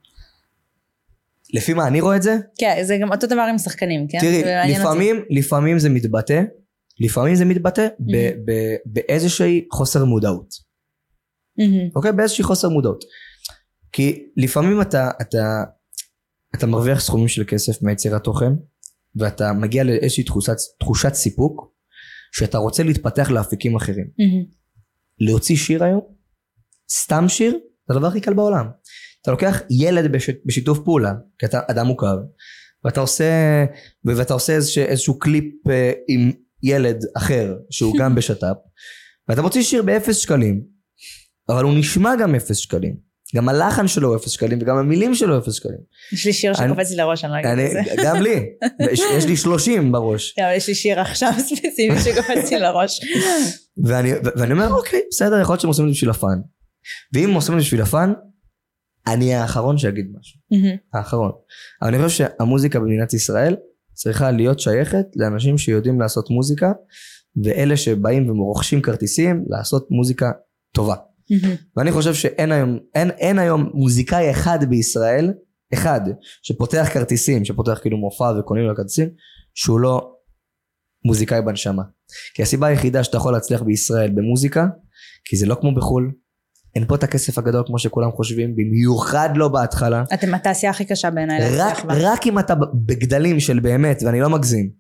לפי מה אני רואה את זה? כן, זה גם אותו דבר עם שחקנים, כן? תראי, לפעמים, לפעמים זה מתבטא, לפעמים זה מתבטא mm-hmm. ב- ב- באיזושהי חוסר מודעות. אוקיי, באיזושהי חוסר מודעות. כי לפעמים אתה, אתה, אתה מרוויח סכומים של כסף מיצירת תוכן, ואתה מגיע לאיזושהי תחושת, תחושת סיפוק, שאתה רוצה להתפתח לאפיקים אחרים. להוציא שיר היום, סתם שיר, זה הדבר הכי קל בעולם. אתה לוקח ילד בשיתוף פעולה, כי אתה אדם מוכר, ואתה עושה, ואתה עושה איזשהו, איזשהו קליפ עם ילד אחר, שהוא גם בשטאפ, ואתה מוציא שיר באפס שקלים, אבל הוא נשמע גם אפס שקלים. גם הלחן שלו אפס שקלים, וגם המילים שלו אפס שקלים. יש לי שיר שקופץ לי לראש, אני לא אגיד את זה. גם לי. יש לי שלושים בראש. יש לי שיר עכשיו ספציפי שקופץ לי לראש. ואני אומר, אוקיי, בסדר, יכול להיות שהם עושים את זה בשביל הפאן. ואם עושים את זה בשביל הפאן, אני האחרון שיגיד משהו. האחרון. אבל אני חושב שהמוזיקה במדינת ישראל צריכה להיות שייכת לאנשים שיודעים לעשות מוזיקה, ואלה שבאים ומרוכשים כרטיסים לעשות מוזיקה טובה. ואני חושב שאין היום, אין, אין היום מוזיקאי אחד בישראל, אחד, שפותח כרטיסים, שפותח כאילו מופע וקונים לו כרטיסים, שהוא לא מוזיקאי בנשמה. כי הסיבה היחידה שאתה יכול להצליח בישראל במוזיקה, כי זה לא כמו בחול, אין פה את הכסף הגדול כמו שכולם חושבים, במיוחד לא בהתחלה. אתם התעשייה הכי קשה בעיניי. רק, רק אם אתה בגדלים של באמת, ואני לא מגזים,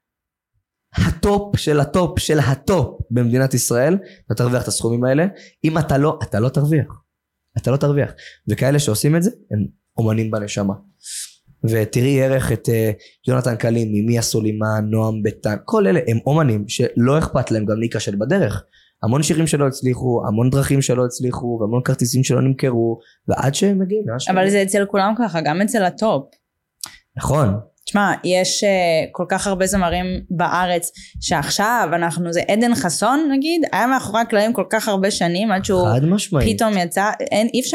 הטופ של הטופ של הטופ במדינת ישראל, אתה תרוויח את הסכומים האלה. אם אתה לא, אתה לא תרוויח. אתה לא תרוויח. וכאלה שעושים את זה, הם אומנים בנשמה. ותראי ערך את uh, יונתן קלימי, מיה סולימן, נועם ביטן, כל אלה הם אומנים שלא אכפת להם גם להיכשל בדרך. המון שירים שלא הצליחו, המון דרכים שלא הצליחו, והמון כרטיסים שלא נמכרו, ועד שהם מגיעים. אבל זה אצל כולם ככה, גם אצל הטופ. נכון. תשמע, יש uh, כל כך הרבה זמרים בארץ שעכשיו אנחנו, זה עדן חסון נגיד, היה מאחורי הקלעים כל כך הרבה שנים עד שהוא פתאום יצא, אין, אי אפשר,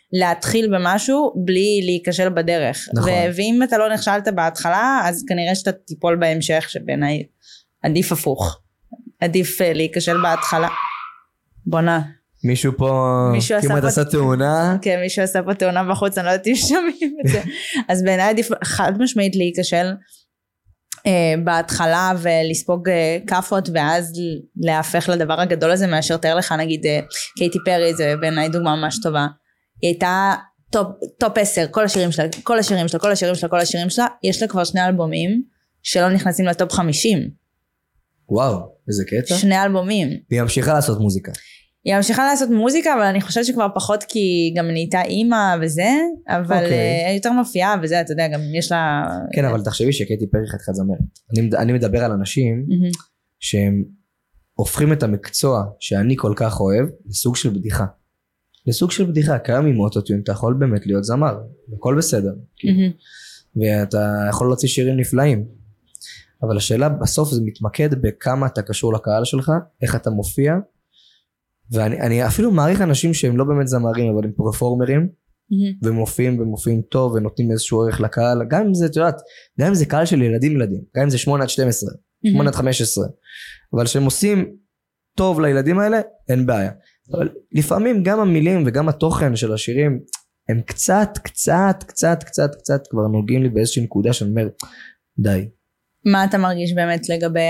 להתחיל במשהו בלי להיכשל בדרך. נכון. ו- ואם אתה לא נכשלת בהתחלה, אז כנראה שאתה תיפול בהמשך, שבעיניי עדיף הפוך. עדיף להיכשל בהתחלה. בונה. מישהו פה מישהו כמעט עשה תאונה. כן, מישהו עשה פה תאונה בחוץ, אני לא יודעת אם שומעים את זה. אז בעיניי עדיף חד משמעית להיכשל uh, בהתחלה ולספוג uh, כפות, ואז להפך לדבר הגדול הזה, מאשר תאר לך נגיד uh, קייטי פרי, זה בעיניי דוגמה ממש טובה. היא הייתה טופ, טופ עשר, כל השירים שלה, כל השירים שלה, כל השירים שלה, כל השירים שלה, יש לה כבר שני אלבומים שלא נכנסים לטופ חמישים. וואו, איזה קטע. שני אלבומים. והיא ממשיכה לעשות מוזיקה. היא ממשיכה לעשות מוזיקה, אבל אני חושבת שכבר פחות, כי גם נהייתה אימא וזה, אבל okay. יותר מופיעה וזה, אתה יודע, גם יש לה... כן, אבל תחשבי שקייטי פרי חתיכת זמרת. אני, אני מדבר על אנשים mm-hmm. שהם הופכים את המקצוע שאני כל כך אוהב לסוג של בדיחה. לסוג של בדיחה, כיום עם אוטוטיון אתה יכול באמת להיות זמר, הכל בסדר. Mm-hmm. ואתה יכול להוציא שירים נפלאים. אבל השאלה בסוף זה מתמקד בכמה אתה קשור לקהל שלך, איך אתה מופיע, ואני אני אפילו מעריך אנשים שהם לא באמת זמרים, אבל הם פרפורמרים, mm-hmm. ומופיעים ומופיעים טוב, ונותנים איזשהו ערך לקהל, גם אם זה, את יודעת, גם אם זה קהל של ילדים ילדים, גם אם זה שמונה עד שתים עשרה, mm-hmm. שמונה עד חמש עשרה, אבל שהם עושים טוב לילדים האלה, אין בעיה. אבל לפעמים גם המילים וגם התוכן של השירים, הם קצת, קצת, קצת, קצת, קצת, כבר נוגעים לי באיזושהי נקודה שאני אומר, די. מה אתה מרגיש באמת לגבי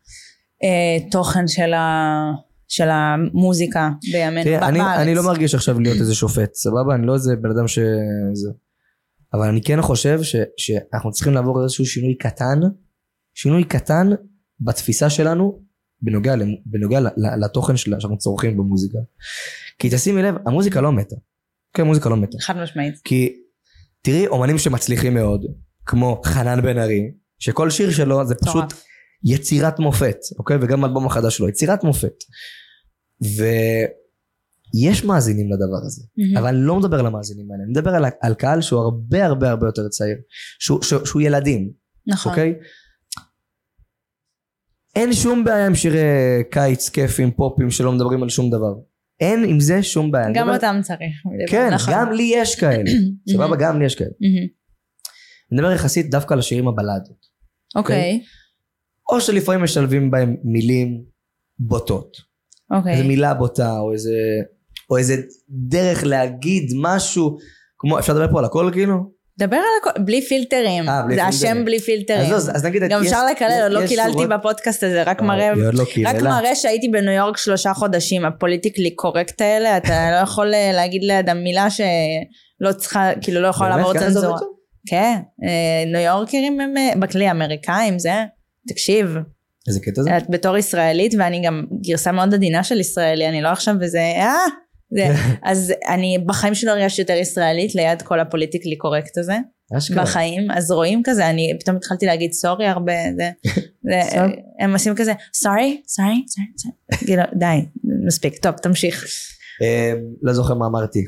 התוכן של ה... של המוזיקה בימינו? תראה, אני, אני לא מרגיש עכשיו להיות איזה שופט, סבבה? אני לא איזה בן אדם שזה... אבל אני כן חושב ש, שאנחנו צריכים לעבור איזשהו שינוי קטן, שינוי קטן בתפיסה שלנו, בנוגע, בנוגע לתוכן שלה, שאנחנו צורכים במוזיקה. כי תשימי לב, המוזיקה לא מתה. כן, המוזיקה לא מתה. חד משמעית. כי תראי, אומנים שמצליחים מאוד, כמו חנן בן ארי, שכל שיר שלו זה פשוט יצירת מופת, אוקיי? וגם אלבום החדש שלו, יצירת מופת. ויש מאזינים לדבר הזה, mm-hmm. אבל אני לא מדבר על המאזינים האלה, אני מדבר על, על קהל שהוא הרבה הרבה הרבה יותר צעיר, שהוא, שהוא, שהוא ילדים, נכון. אוקיי? אין שום בעיה עם שירי קיץ, כיפים, פופים שלא מדברים על שום דבר. אין עם זה שום בעיה. גם דבר... אותם צריך. כן, נכון. גם לי יש כאלה. סבבה, גם לי יש כאלה. אני מדבר יחסית דווקא על השירים הבלדות. אוקיי. או שלפעמים משלבים בהם מילים בוטות. אוקיי. איזה מילה בוטה, או איזה, או איזה דרך להגיד משהו, כמו, אפשר לדבר פה על הכל כאילו? דבר על הכל, בלי פילטרים. 아, בלי זה פילטרים. השם בלי פילטרים. אז, אז נגיד, גם יש, אפשר לקלל, עוד לא קיללתי שורות... בפודקאסט הזה, רק מראה, לא רק מראה שהייתי בניו יורק שלושה חודשים, הפוליטיקלי קורקט האלה, אתה לא יכול להגיד לאדם מילה שלא צריכה, כאילו לא יכולה לעבור צנזורה. כן, ניו יורקרים הם בכלי אמריקאים, זה, תקשיב. איזה קטע זה? את בתור ישראלית, ואני גם גרסה מאוד עדינה של ישראלי, אני לא עכשיו וזה, אה, זה, אז אני בחיים שלא הרגשתי יותר ישראלית, ליד כל הפוליטיקלי קורקט הזה, בחיים, אז רואים כזה, אני פתאום התחלתי להגיד סורי הרבה, זה, הם עושים כזה, סורי, סורי, סורי, די, מספיק, טוב, תמשיך. לא זוכר מה אמרתי.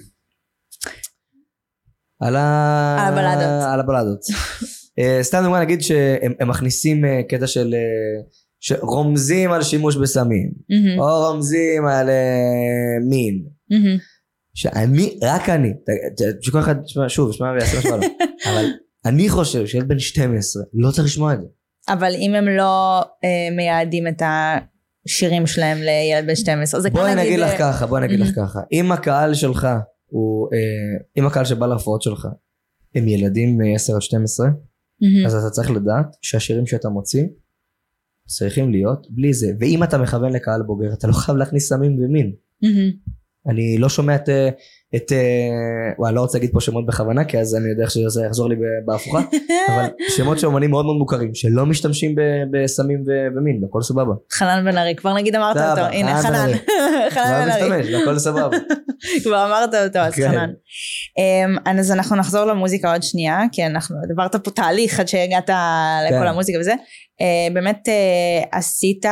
על הבלדות. על הבלדות. סתם דוגמה נגיד שהם מכניסים קטע של רומזים על שימוש בסמים, או רומזים על מין. שאני, רק אני, שכל אחד, שוב, שמע ויעשה משמע לו, אבל אני חושב שילד בן שתים עשרה לא צריך לשמוע את זה. אבל אם הם לא מייעדים את השירים שלהם לילד בן שתים עשרה, בואי נגיד לך ככה, בואי נגיד לך ככה, אם הקהל שלך הוא, אם הקהל שבא להפרעות שלך הם ילדים עשר עד שתים עשרה, אז אתה צריך לדעת שהשירים שאתה מוציא צריכים להיות בלי זה, ואם אתה מכוון לקהל בוגר אתה לא חייב להכניס סמים ומין. אני לא שומע את, את וואי, אני לא רוצה להגיד פה שמות בכוונה, כי אז אני יודע שזה יחזור לי בהפוכה, אבל שמות של אומנים מאוד מאוד מוכרים, שלא משתמשים בסמים ומין, הכל סבבה. חנן בן ארי, כבר נגיד אמרת אותו, הנה חנן, חנן בן ארי. הכל סבבה. כבר אמרת אותו, אז חנן. אז אנחנו נחזור למוזיקה עוד שנייה, כי אנחנו דיברת פה תהליך עד שהגעת לכל המוזיקה וזה, באמת עשית,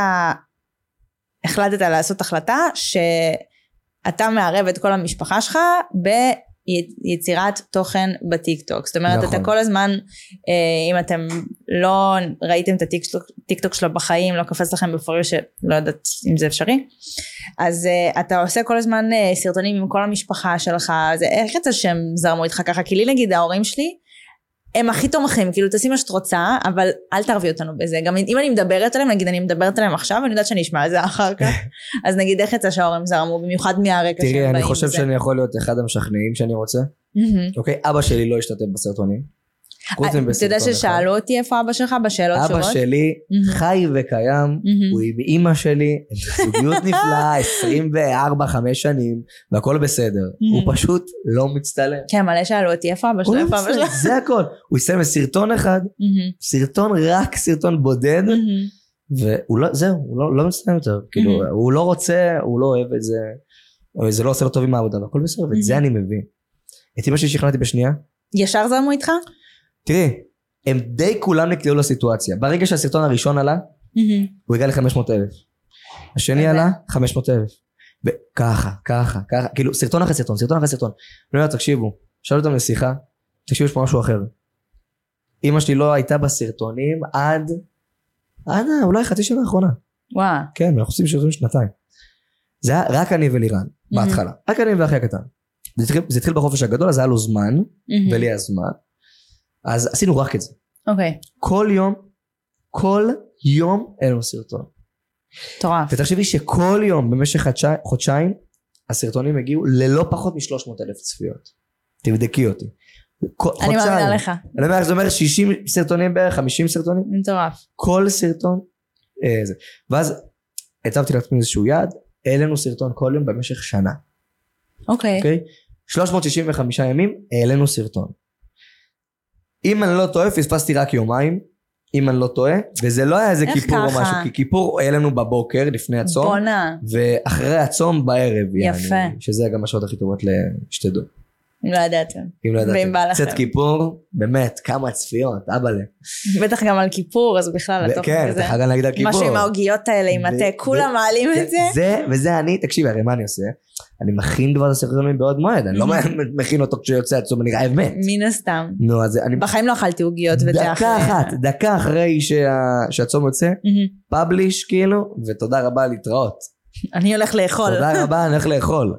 החלטת לעשות החלטה, ש... אתה מערב את כל המשפחה שלך יצירת תוכן בטיקטוק, זאת אומרת אתה כל הזמן, אם אתם לא ראיתם את הטיקטוק שלו בחיים, לא קפץ לכם בפוריו שלא יודעת אם זה אפשרי, אז אתה עושה כל הזמן סרטונים עם כל המשפחה שלך, איך יצא שהם זרמו איתך ככה, כי לי נגיד ההורים שלי, הם הכי תומכים, כאילו תעשי מה שאת רוצה, אבל אל תערבי אותנו בזה, גם אם אני מדברת עליהם, נגיד אני מדברת עליהם עכשיו, אני יודעת שאני אשמע את זה אחר כך, אז נגיד איך יצא שההורים זרמו, במיוחד מהרקע שהם באים. תראי, אני חושב שאני יכול להיות אחד המשכנעים שאני רוצה, אוקיי, אבא שלי לא השתתף בסרטונים, אתה יודע ששאלו אותי איפה אבא שלך בשאלות שורות? אבא שלי חי וקיים, הוא עם אמא שלי, זוגיות נפלאה, עשרים וארבע חמש שנים, והכל בסדר, הוא פשוט לא מצטלם. כן, מלא שאלו אותי איפה אבא שלך, איפה אבא שלך? זה הכל, הוא יסיים סרטון אחד, סרטון רק סרטון בודד, וזהו, הוא לא מצטלם יותר, כאילו, הוא לא רוצה, הוא לא אוהב את זה, זה לא עושה לו טוב עם העבודה, והכל בסדר, ואת זה אני מבין. את אמא שלי שכנעתי בשנייה. ישר זרמו איתך? תראי, הם די כולם נקלעו לסיטואציה. ברגע שהסרטון הראשון עלה, הוא הגע ל-חמש מאות אלף. השני עלה, חמש מאות אלף. וככה, ככה, ככה, כאילו, סרטון אחרי סרטון, סרטון אחרי סרטון. אני אומר, תקשיבו, שאלו אותם לשיחה, תקשיבו, יש פה משהו אחר. אמא שלי לא הייתה בסרטונים עד, עד אולי חצי שנה האחרונה. וואו. כן, אנחנו עושים סרטונים שנתיים. זה היה רק אני ולירן, בהתחלה. רק אני ואחי הקטן. זה התחיל בחופש הגדול, אז היה לו זמן, ולי היה זמן. אז עשינו רק את זה. אוקיי. כל יום, כל יום אין לנו סרטון. טורף. ותחשבי שכל יום במשך חודשיים, הסרטונים הגיעו ללא פחות מ-שלוש מאות אלף צפיות. תבדקי אותי. אני מאמינה לך. אני אומר, זה אומר שישים סרטונים בערך, חמישים סרטונים. טורף. כל סרטון, זה. ואז הצבתי לעצמי איזשהו יעד, העלינו סרטון כל יום במשך שנה. אוקיי. אוקיי? שלוש מאות שישים וחמישה ימים, העלינו סרטון. אם אני לא טועה, פספסתי רק יומיים, אם אני לא טועה, וזה לא היה איזה כיפור או משהו, כי כיפור היה לנו בבוקר לפני הצום, בונה. ואחרי הצום בערב, יפה. יעני, שזה גם השעות הכי טובות לשתדעו. אם לא ידעתם. אם לא ידעתם. ואם בא לכם. קצת כיפור, באמת, כמה צפיות, אבאלה. בטח גם על כיפור, אז בכלל לתוך כן, כזה. אתה חייב להגיד על כיפור. משהו עם ההוגיות האלה, עם התה, כולם מעלים את זה. זה, וזה אני, תקשיב, הרי מה אני עושה? אני מכין דבר הסרטונים בעוד מועד, אני לא מכין אותו כשיוצא הצום, אני רעב מת. מן הסתם. נו, אז אני... בחיים לא אכלתי הוגיות ותה אחרי. דקה אחת, דקה אחרי שהצום יוצא, פאבליש כאילו, ותודה רבה להתראות. אני הולך לאכול. תודה רבה, אני הולך לאכול.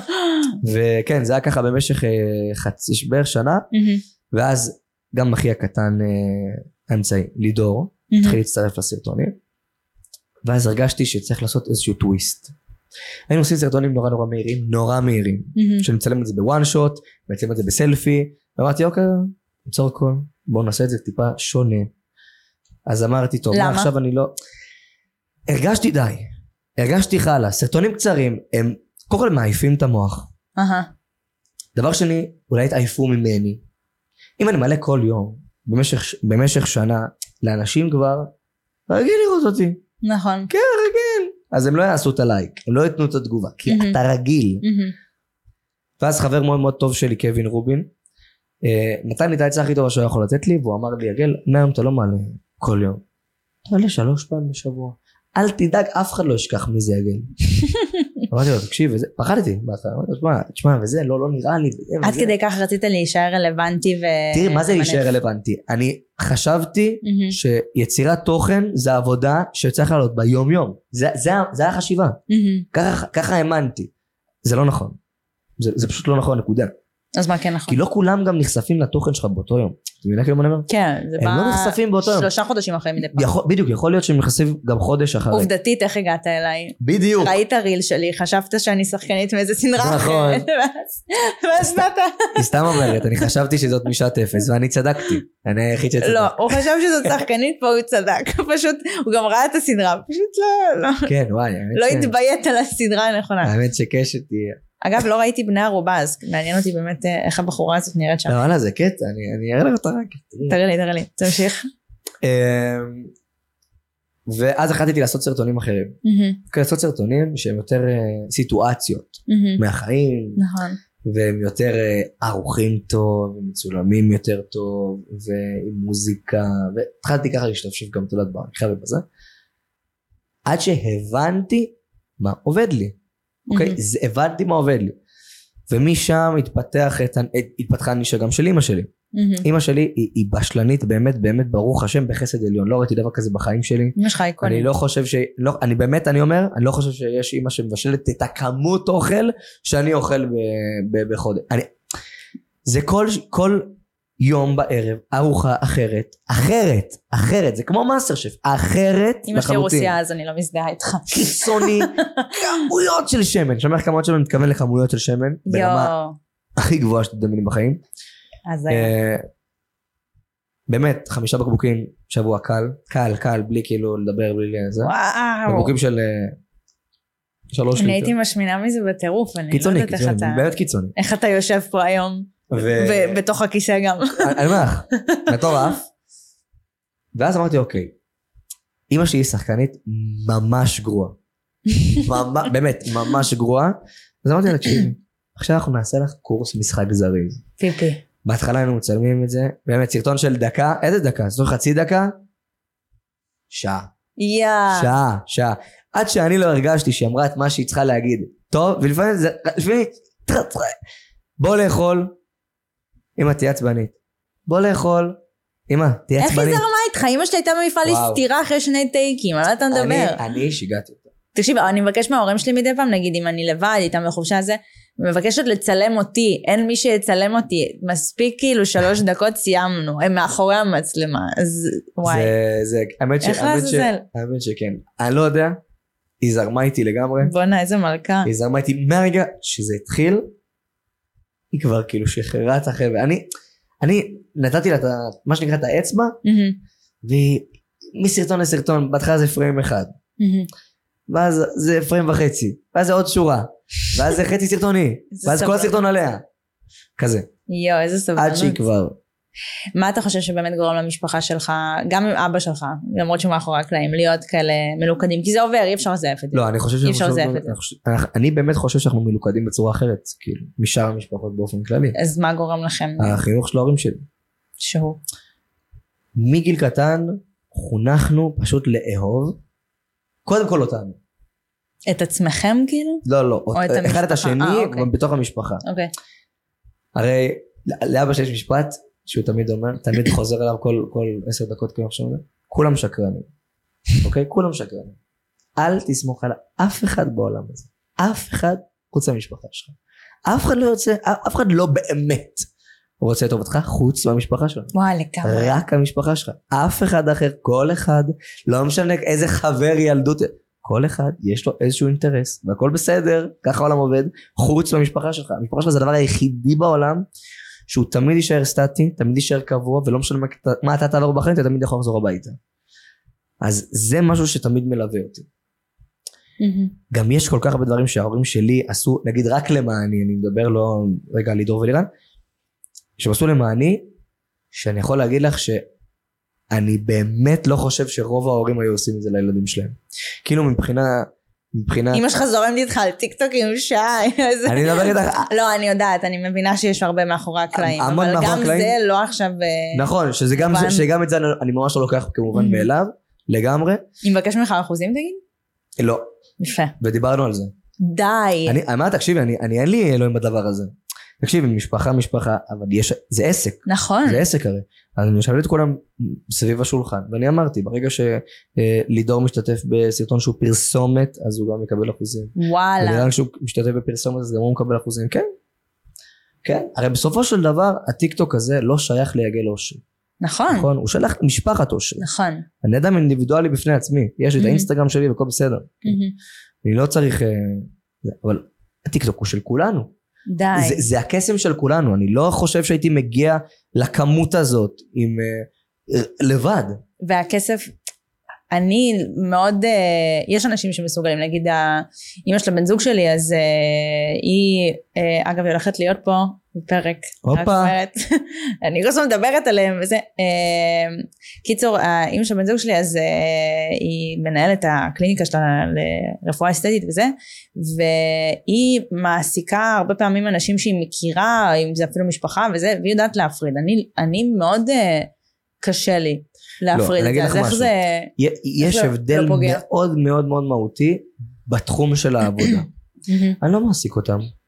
וכן, זה היה ככה במשך חצי בערך שנה, ואז גם אחי הקטן האמצעי, לידור, התחיל להצטרף לסרטונים, ואז הרגשתי שצריך לעשות איזשהו טוויסט. היינו עושים סרטונים נורא נורא מהירים, נורא מהירים, שנמצלם את זה בוואן שוט, מצלם את זה בסלפי, ואמרתי, אוקיי, נצור הכל, בואו נעשה את זה טיפה שונה. אז אמרתי, טוב, מה עכשיו אני לא... הרגשתי די, הרגשתי חלה, סרטונים קצרים, הם כל כך מעייפים את המוח. דבר שני, אולי התעייפו ממני. אם אני מלא כל יום, במשך, במשך שנה, לאנשים כבר, רגיל לראות אותי. נכון. כן, רגיל. אז הם לא יעשו את הלייק, הם לא יתנו את התגובה, כי mm-hmm. אתה רגיל. Mm-hmm. ואז חבר מאוד מאוד טוב שלי, קווין רובין, אה, נתן לי את העצה הכי טובה שהוא יכול לתת לי, והוא אמר לי, יגל, מהיום אתה לא מעלה כל יום. תעלה שלוש פעם בשבוע. אל תדאג, אף אחד לא ישכח מי זה יגל. אמרתי לו, תקשיב, וזה, פחדתי, אמרתי, תשמע, וזה לא, לא נראה לי. עד כדי כך רצית להישאר רלוונטי ו... תראי, מה זה להישאר רלוונטי? אני חשבתי שיצירת תוכן זה עבודה שצריך לעלות ביום יום. זה היה חשיבה. ככה האמנתי. זה לא נכון. זה פשוט לא נכון, נקודה. אז מה כן נכון? כי לא כולם גם נחשפים לתוכן שלך באותו יום. אתה מבינה כאילו מה אני אומר? כן, זה בא... הם לא נחשפים באותו יום. שלושה חודשים אחרי מדי פעם. בדיוק, יכול להיות שהם נחשפים גם חודש אחרי. עובדתית, איך הגעת אליי? בדיוק. ראית ריל שלי, חשבת שאני שחקנית מאיזה סדרה נכון. אחרת, ואז באת. היא סתם אומרת, אני חשבתי שזאת משעת אפס, ואני צדקתי. אני היחיד שצדק. לא, הוא חשב שזאת שחקנית, פה הוא צדק. פשוט, הוא גם ראה את הסדרה, פשוט לא... כן, וואי. לא התביית על הסדרה הנכונה. האמת שקשת תהיה. אגב, לא ראיתי בני ערובה, אז מעניין אותי באמת איך הבחורה הזאת נראית שם. לא, וואלה, זה קטע, אני אראה לך את הרק. תראה לי, תראה לי, תמשיך. ואז החלטתי לעשות סרטונים אחרים. לעשות סרטונים שהם יותר סיטואציות מהחיים, והם יותר ערוכים טוב, ומצולמים יותר טוב, ועם מוזיקה, והתחלתי ככה להשתפשף גם תולד בעריכה ובזה, עד שהבנתי מה עובד לי. אוקיי? הבנתי מה עובד לי. ומשם התפתח את, התפתחה הנישה גם של אמא שלי. Mm-hmm. אמא שלי היא, היא בשלנית באמת באמת ברוך השם בחסד עליון, לא ראיתי דבר כזה בחיים שלי. אמא שלך איקונית. אני לא חושב ש... לא, אני באמת אני אומר, אני לא חושב שיש אמא שמבשלת את הכמות אוכל שאני אוכל ב, ב, בחודש. אני, זה כל, כל יום בערב ארוחה אחרת, אחרת, אחרת, זה כמו מאסטר שף, אחרת לחלוטין. אמא שלי רוסיה אז אני לא מזדהה איתך. קיצוני, כמויות של שמן, שמח כמויות שמן, מתכוון לכמויות של שמן, ברמה הכי גבוהה שתדמייני בחיים. באמת חמישה בקבוקים שבוע קל קל קל בלי כאילו לדבר בלי זה בקבוקים של שלוש ליטר. אני הייתי משמינה מזה בטירוף. קיצוני, באמת קיצוני. איך אתה יושב פה היום ובתוך הכיסא גם. אני אומר לך מטורף. ואז אמרתי אוקיי, אמא שלי היא שחקנית ממש גרועה, באמת ממש גרועה. אז אמרתי לה תקשיבי, עכשיו אנחנו נעשה לך קורס משחק זריז. פיפי. בהתחלה היינו מצלמים את זה, באמת סרטון של דקה, איזה דקה? זאת אומרת חצי דקה? שעה. יאה. שעה, שעה. עד שאני לא הרגשתי שהיא אמרה את מה שהיא צריכה להגיד. טוב, ולפעמים זה, לפעמים, בוא לאכול, אמא תהיה עצבנית. בוא לאכול, אמא תהיה עצבנית. איך היא זרמה איתך? אמא שלי הייתה במפעל לסתירה אחרי שני טייקים, על מה אתה מדבר? אני שיגעתי אותה. תקשיב, אני מבקש מההורים שלי מדי פעם, נגיד אם אני לבד, איתם בחופשה הזה, מבקשת לצלם אותי, אין מי שיצלם אותי, מספיק כאילו שלוש דקות סיימנו, הם מאחורי המצלמה, אז וואי. זה, זה, האמת ש... איך לעזאזל? האמת שכן, אני לא יודע, היא זרמה איתי לגמרי. בוא'נה, איזה מלכה. היא זרמה איתי מהרגע שזה התחיל, היא כבר כאילו שחררה את החבר'ה, אני, אני נתתי לה את מה שנקרא את האצבע, והיא מסרטון לסרטון, בהתחלה זה פריים אחד. ואז זה פריים וחצי, ואז זה עוד שורה, ואז זה חצי סרטוני, ואז כל הסרטון עליה, כזה. יו, איזה סבלנות. עד שהיא כבר. מה אתה חושב שבאמת גורם למשפחה שלך, גם עם אבא שלך, למרות שהוא מאחורי הקלעים, להיות כאלה מלוכדים, כי זה עובר, אי אפשר לזייף את זה. לא, אני חושב אי אפשר לזייף את זה. אני באמת חושב שאנחנו מלוכדים בצורה אחרת, כאילו, משאר המשפחות באופן כללי. אז מה גורם לכם? החינוך של ההורים שלי. שהוא? מגיל קטן, חונכנו פשוט לאהוב, קודם כל אותנו. את עצמכם כאילו? לא, לא. אחד את השני, בתוך המשפחה. אוקיי. הרי לאבא שיש משפט, שהוא תמיד אומר, תמיד חוזר עליו כל עשר דקות כמו שאומר, כולם שקרנים. אוקיי? כולם שקרנים. אל תסמוך על אף אחד בעולם הזה. אף אחד חוץ מהמשפחה שלך. אף אחד לא יוצא, אף אחד לא באמת רוצה את טובתך חוץ מהמשפחה שלך. וואי, לכמה. רק המשפחה שלך. אף אחד אחר, כל אחד, לא משנה איזה חבר ילדות, כל אחד יש לו איזשהו אינטרס, והכל בסדר, ככה העולם עובד, חוץ מהמשפחה שלך. המשפחה שלך זה הדבר היחידי בעולם, שהוא תמיד יישאר סטטי, תמיד יישאר קבוע, ולא משנה מה אתה תעבור בחיים, אתה תמיד יכול לחזור הביתה. אז זה משהו שתמיד מלווה אותי. גם יש כל כך הרבה דברים שההורים שלי עשו, נגיד רק למעני, אני מדבר לא רגע על לידור ולירן, שהם עשו למעני, שאני יכול להגיד לך שאני באמת לא חושב שרוב ההורים היו עושים את זה לילדים שלהם. כאילו מבחינה... מבחינת... אמא שלך זורמת איתך על טיק טוק עם שי. אני מדבר איתך... לא, אני יודעת, אני מבינה שיש הרבה מאחורי הקלעים, אבל גם זה לא עכשיו... נכון, שגם את זה אני ממש לא לוקח כמובן מאליו, לגמרי. אני מבקש ממך אחוזים תגיד? לא. יפה. ודיברנו על זה. די. מה, תקשיבי, אני אין לי אלוהים בדבר הזה. תקשיבי, משפחה, משפחה, אבל יש, זה עסק. נכון. זה עסק הרי. אז אני יושבת את כולם סביב השולחן, ואני אמרתי, ברגע שלידור משתתף בסרטון שהוא פרסומת, אז הוא גם מקבל אחוזים. וואלה. ובגלל שהוא משתתף בפרסומת, אז גם הוא מקבל אחוזים, כן? כן. הרי בסופו של דבר, הטיקטוק הזה לא שייך ליגל אושר. נכון. נכון? הוא שייך משפחת אושר. נכון. אני אדם אינדיבידואלי בפני עצמי. יש לי את האינסטגרם שלי וכל בסדר. אני לא צריך, אבל הטיקטוק הוא של כולנו. די. זה, זה הקסם של כולנו, אני לא חושב שהייתי מגיע לכמות הזאת עם uh, לבד. והכסף, אני מאוד, uh, יש אנשים שמסוגלים, נגיד אמא של הבן זוג שלי, אז uh, היא, uh, אגב היא הולכת להיות פה בפרק, הופה. אני כל הזמן מדברת עליהם וזה, uh, קיצור, אמא של הבן זוג שלי, אז uh, היא מנהלת הקליניקה שלה לרפואה אסתטית וזה, והיא מעסיקה הרבה פעמים אנשים שהיא מכירה, אם זה אפילו משפחה וזה, והיא יודעת להפריד, אני, אני מאוד uh, קשה לי להפריד לא, את זה, אז איך זה... יש הבדל לא מאוד מאוד מאוד מהותי בתחום של העבודה. אני לא מעסיק אותם.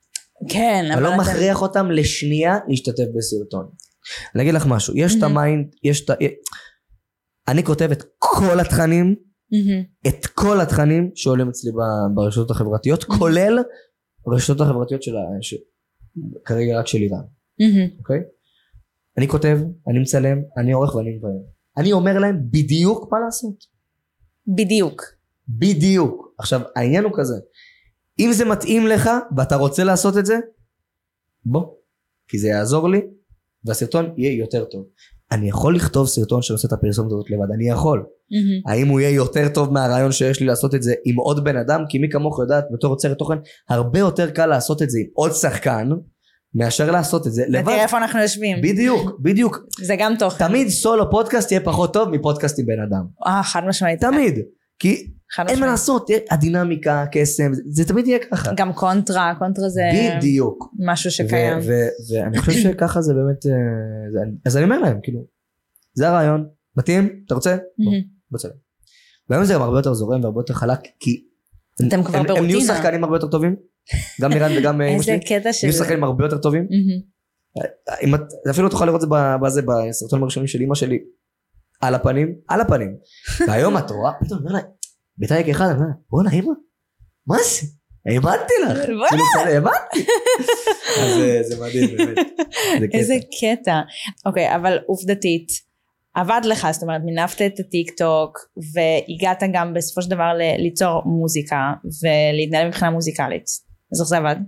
כן, אני לא מכריח אותם לשנייה להשתתף בסרטון. אני אגיד לך משהו, יש את המיינד, יש את ה... אני כותב את כל התכנים, את כל התכנים שעולים אצלי ברשתות החברתיות, כולל הרשתות החברתיות של כרגע רק של איראן. אוקיי? אני כותב, אני מצלם, אני עורך ואני מבאר. אני אומר להם בדיוק מה לעשות. בדיוק. בדיוק. עכשיו, העניין הוא כזה, אם זה מתאים לך ואתה רוצה לעשות את זה, בוא, כי זה יעזור לי, והסרטון יהיה יותר טוב. אני יכול לכתוב סרטון שעושה את הפרסומת הזאת לבד, אני יכול. Mm-hmm. האם הוא יהיה יותר טוב מהרעיון שיש לי לעשות את זה עם עוד בן אדם? כי מי כמוך יודעת, בתור יוצרת תוכן, הרבה יותר קל לעשות את זה עם עוד שחקן, מאשר לעשות את זה לבד. ותראה איפה אנחנו יושבים. בדיוק, בדיוק. זה גם תוכן. תמיד סולו פודקאסט יהיה פחות טוב מפודקאסט עם בן אדם. אה, חד משמעית. תמיד. כי אין מה לעשות, הדינמיקה, קסם, זה תמיד יהיה ככה. גם קונטרה, קונטרה זה... בדיוק. משהו שקיים. ואני חושב שככה זה באמת... אז אני אומר להם, כאילו, זה הרעיון, מתאים, אתה רוצה? בוא, בצלם. והיום זה גם הרבה יותר זורם והרבה יותר חלק, כי... אתם כבר ברוטינה. הם נהיו שחקנים הרבה יותר טובים, גם מירן וגם אמא שלי. איזה קטע של... נהיו שחקנים הרבה יותר טובים. אפילו תוכל לראות את זה בסרטונים הראשונים של אמא שלי, על הפנים, על הפנים. והיום את רואה, פתאום אומר לה, בתייק אחד, אני אומר, בוא נאמא, מה זה? הבנתי לך. הבנתי. אז זה מדהים, באמת. איזה קטע. אוקיי, אבל עובדתית, עבד לך, זאת אומרת, מנפת את הטיק טוק, והגעת גם בסופו של דבר ליצור מוזיקה, ולהתנהל מבחינה מוזיקלית. אז איך זה עבד?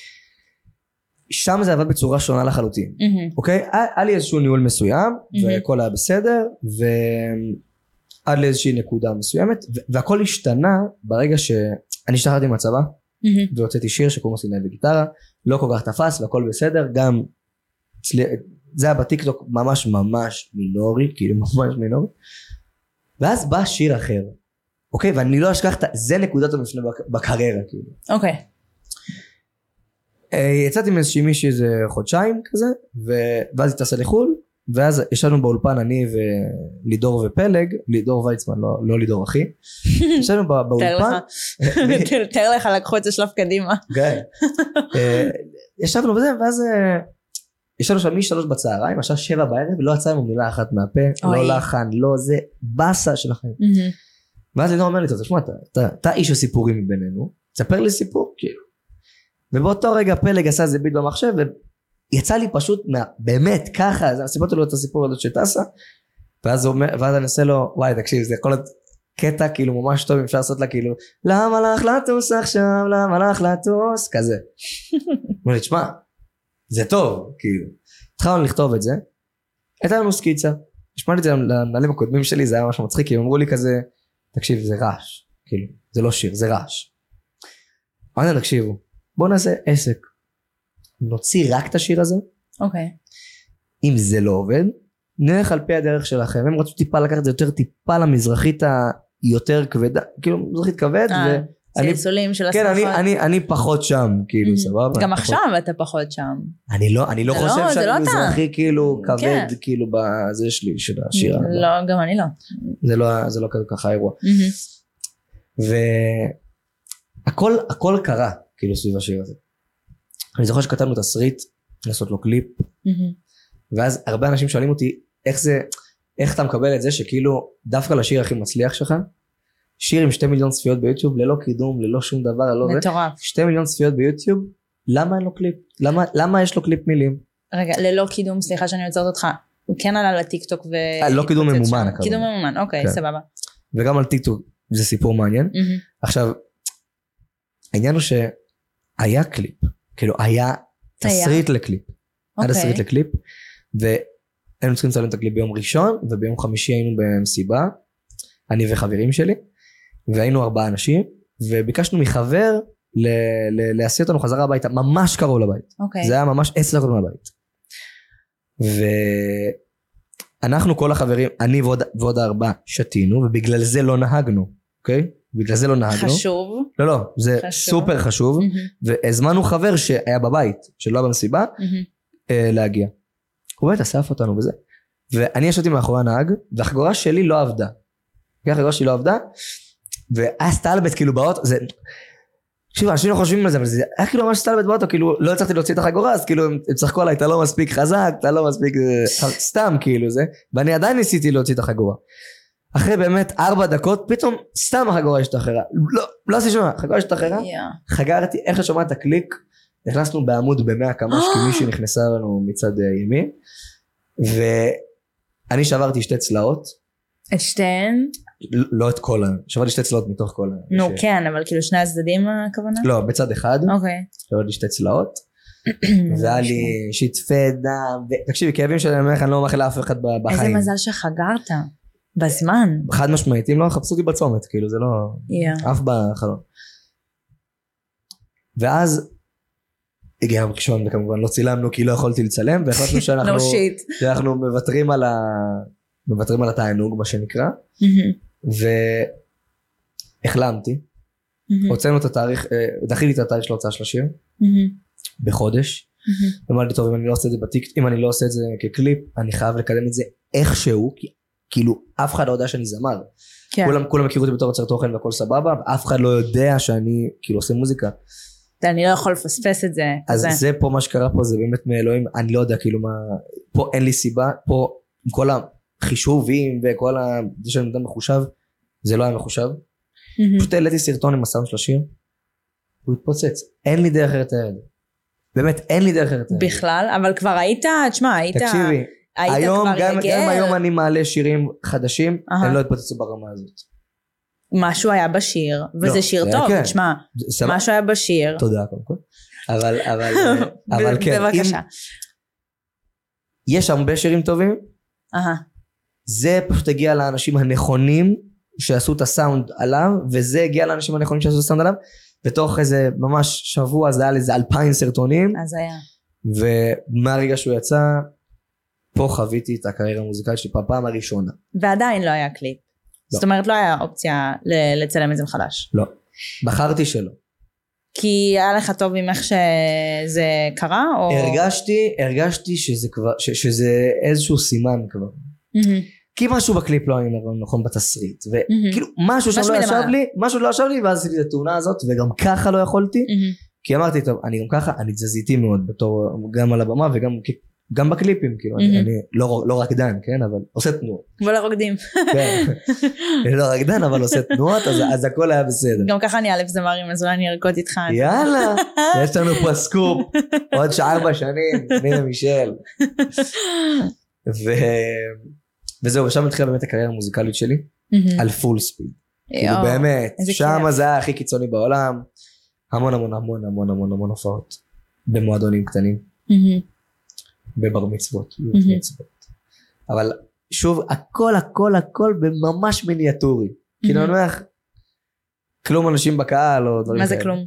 שם זה עבד בצורה שונה לחלוטין. אוקיי? היה לי איזשהו ניהול מסוים, והכל היה בסדר, ועד לאיזושהי נקודה מסוימת, והכל השתנה ברגע שאני השתחררתי מהצבא, והוצאתי שיר שקוראים לו סינאי וגיטרה, לא כל כך תפס והכל בסדר, גם זה היה בטיקטוק ממש ממש מינורי, כאילו ממש מינורי, ואז בא שיר אחר, אוקיי? ואני לא אשכח, זה נקודת המפנה בקריירה, כאילו. אוקיי. יצאתי מאיזושהי מישהי איזה חודשיים כזה, ואז התעשה לחול, ואז ישבנו באולפן אני ולידור ופלג, לידור ויצמן, לא, לא לידור אחי, ישבנו באולפן. תאר לך, לקחו את זה שלב קדימה. כן. ישבנו בזה, ואז ישבנו שם משלוש בצהריים, השעה שבע בערב, לא יצאנו מילה אחת מהפה, לא לחן, לא זה, בסה של החיים. ואז לידור אומר לי, תשמע, אתה איש הסיפורים מבינינו, תספר לי סיפור, כאילו. ובאותו רגע פלג עשה איזה ביט במחשב, יצא לי פשוט, באמת, ככה, אז סיפרתי לו את הסיפור הזאת שטסה, ואז אני עושה לו, וואי, תקשיב, זה כל קטע כאילו ממש טוב, אפשר לעשות לה כאילו, למה לך לטוס עכשיו, למה לך לטוס, כזה. אמרו לי, תשמע, זה טוב, כאילו. התחלנו לכתוב את זה, הייתה לנו סקיצה, השמעתי את זה למנהלים הקודמים שלי, זה היה משהו מצחיק, כי הם אמרו לי כזה, תקשיב, זה רעש, כאילו, זה לא שיר, זה רעש. אמרתי, תקשיבו, בואו נעשה עסק. נוציא רק את השיר הזה. אוקיי. אם זה לא עובד, נלך על פי הדרך שלכם. הם רצו טיפה לקחת את זה יותר טיפה למזרחית היותר כבדה, כאילו מזרחית כבד. אה, צלצולים של הסרחות. כן, אני פחות שם, כאילו, סבבה. גם עכשיו אתה פחות שם. אני לא חושב שאני מזרחי כאילו כבד, כאילו בזה שלי, של השיר. לא, גם אני לא. זה לא ככה האירוע. והכל קרה, כאילו סביב השיר הזה. אני זוכר שכתבנו תסריט, לעשות לו קליפ, ואז הרבה אנשים שואלים אותי, איך זה, איך אתה מקבל את זה, שכאילו, דווקא לשיר הכי מצליח שלך, שיר עם שתי מיליון צפיות ביוטיוב, ללא קידום, ללא שום דבר, ללא זה, שתי מיליון צפיות ביוטיוב, למה אין לו קליפ? למה, למה יש לו קליפ מילים? רגע, ללא קידום, סליחה שאני יוצרת אותך, הוא כן עלה לטיקטוק ו... לא קידום ממומן, קידום ממומן, אוקיי, סבבה. וגם על טיקטוק, זה סיפור מעניין. עכשיו, העניין הוא שהיה קליפ, כאילו היה תסריט לקליפ, היה תסריט לקליפ, והיינו צריכים לצלם את הקליפ ביום ראשון, וביום חמישי היינו במסיבה, אני וחברים שלי, והיינו ארבעה אנשים, וביקשנו מחבר להסיע אותנו חזרה הביתה, ממש קרוב לבית, זה היה ממש עשר דקות מהבית, ואנחנו כל החברים, אני ועוד הארבעה שתינו, ובגלל זה לא נהגנו, אוקיי? בגלל זה לא נהגנו. חשוב. לא, לא, זה חשוב. סופר חשוב, mm-hmm. והזמנו חבר שהיה בבית, שלא היה במסיבה, mm-hmm. אה, להגיע. הוא בית אסף אותנו בזה, ואני ישבתי מאחורי הנהג, והחגורה שלי לא עבדה. החגורה שלי לא עבדה, ואז טלבט כאילו באות, זה... תקשיב, אנשים לא חושבים על זה, אבל זה היה כאילו ממש סטלבט באוטו, כאילו לא הצלחתי להוציא את החגורה, אז כאילו הם צחקו עליי, אתה לא מספיק חזק, אתה לא מספיק, סתם כאילו זה, ואני עדיין ניסיתי להוציא את החגורה. אחרי באמת ארבע דקות, פתאום סתם החגורה השתחררה, לא, לא עשיתי שמה, החגורה השתחררה, חגרתי, איך ששמעת הקליק, נכנסנו בעמוד במאה קמ"ש, כי מישהי נכנסה לנו מצד ימין, ואני שברתי שתי צלעות. את שתיהן? לא את כל ה... שברתי שתי צלעות מתוך כל ה... נו כן, אבל כאילו שני הצדדים הכוונה? לא, בצד אחד. אוקיי. שברתי שתי צלעות. והיה לי שטפי דם, תקשיבי, כאבים שאני אומר לך, אני לא מאחל לאף אחד בחיים. איזה מזל שחגרת, בזמן. חד משמעית, אם לא, חפשו אותי בצומת, כאילו זה לא... אף בחלון. ואז הגיע יום ראשון, וכמובן לא צילמנו כי לא יכולתי לצלם, והחלטנו שאנחנו, שאנחנו מוותרים על ה... מוותרים על התענוג, מה שנקרא, והחלמתי, הוצאנו את התאריך, דחיתי את התאריך של ההוצאה של השיר, בחודש, ואמרתי לי טוב, אם אני לא עושה את זה בטיקט, אם אני לא עושה את זה כקליפ, אני חייב לקדם את זה איכשהו, כי כאילו אף אחד לא יודע שאני זמר, כולם מכירו אותי בתור יוצר תוכן והכל סבבה, ואף אחד לא יודע שאני כאילו עושה מוזיקה, אני לא יכול לפספס את זה. אז זה פה מה שקרה פה, זה באמת מאלוהים, אני לא יודע כאילו מה, פה אין לי סיבה, פה עם כל החישובים וכל ה... זה שאני יודע מחושב, זה לא היה מחושב. פשוט העליתי סרטון עם הסאונד של השיר, הוא התפוצץ, אין לי דרך אחרת לתאר את זה. באמת אין לי דרך אחרת לתאר את זה. בכלל, אבל כבר היית, תשמע, היית... תקשיבי, היום, גם היום אני מעלה שירים חדשים, הם לא התפוצצו ברמה הזאת. משהו היה בשיר, וזה שיר טוב, תשמע, משהו היה בשיר. תודה, קודם כל. אבל, אבל, אבל כן. בבקשה. יש הרבה שירים טובים, זה פשוט הגיע לאנשים הנכונים, שעשו את הסאונד עליו, וזה הגיע לאנשים הנכונים שעשו את הסאונד עליו, ותוך איזה ממש שבוע, זה היה לזה אלפיים סרטונים. אז היה. ומהרגע שהוא יצא, פה חוויתי את הקריירה המוזיקלית שלי, בפעם הראשונה. ועדיין לא היה קליפ. זאת אומרת לא היה אופציה לצלם את זה מחדש. לא, בחרתי שלא. כי היה לך טוב עם איך שזה קרה? או... הרגשתי, הרגשתי שזה כבר, שזה איזשהו סימן כבר. כי משהו בקליפ לא היה נכון בתסריט, וכאילו משהו שם לא ישב לי, משהו לא ישב לי, ואז עשיתי את התאונה הזאת, וגם ככה לא יכולתי, כי אמרתי טוב, אני גם ככה, אני תזזיתי מאוד בתור, גם על הבמה וגם גם בקליפים, כאילו, אני, אני לא, לא רקדן, כן, אבל עושה תנועות. ולא רוקדים. כן, אני לא רקדן, אבל עושה תנועות, אז, אז הכל היה בסדר. גם ככה אני אלף זמרים, אז אולי אני ארקוד איתך. יאללה, יש לנו פה סקופ, עוד שארבע שנים, אני ומישל. ו... וזהו, ושם התחילה באמת הקריירה המוזיקלית שלי, על פול ספיד. כאילו באמת, שם זה היה הכי קיצוני בעולם, המון המון המון המון המון המון הופעות, במועדונים קטנים. בבר מצוות, מצוות. אבל שוב, הכל הכל הכל בממש מיניאטורי. כאילו אני אומר לך, כלום אנשים בקהל או דברים מה זה כלום?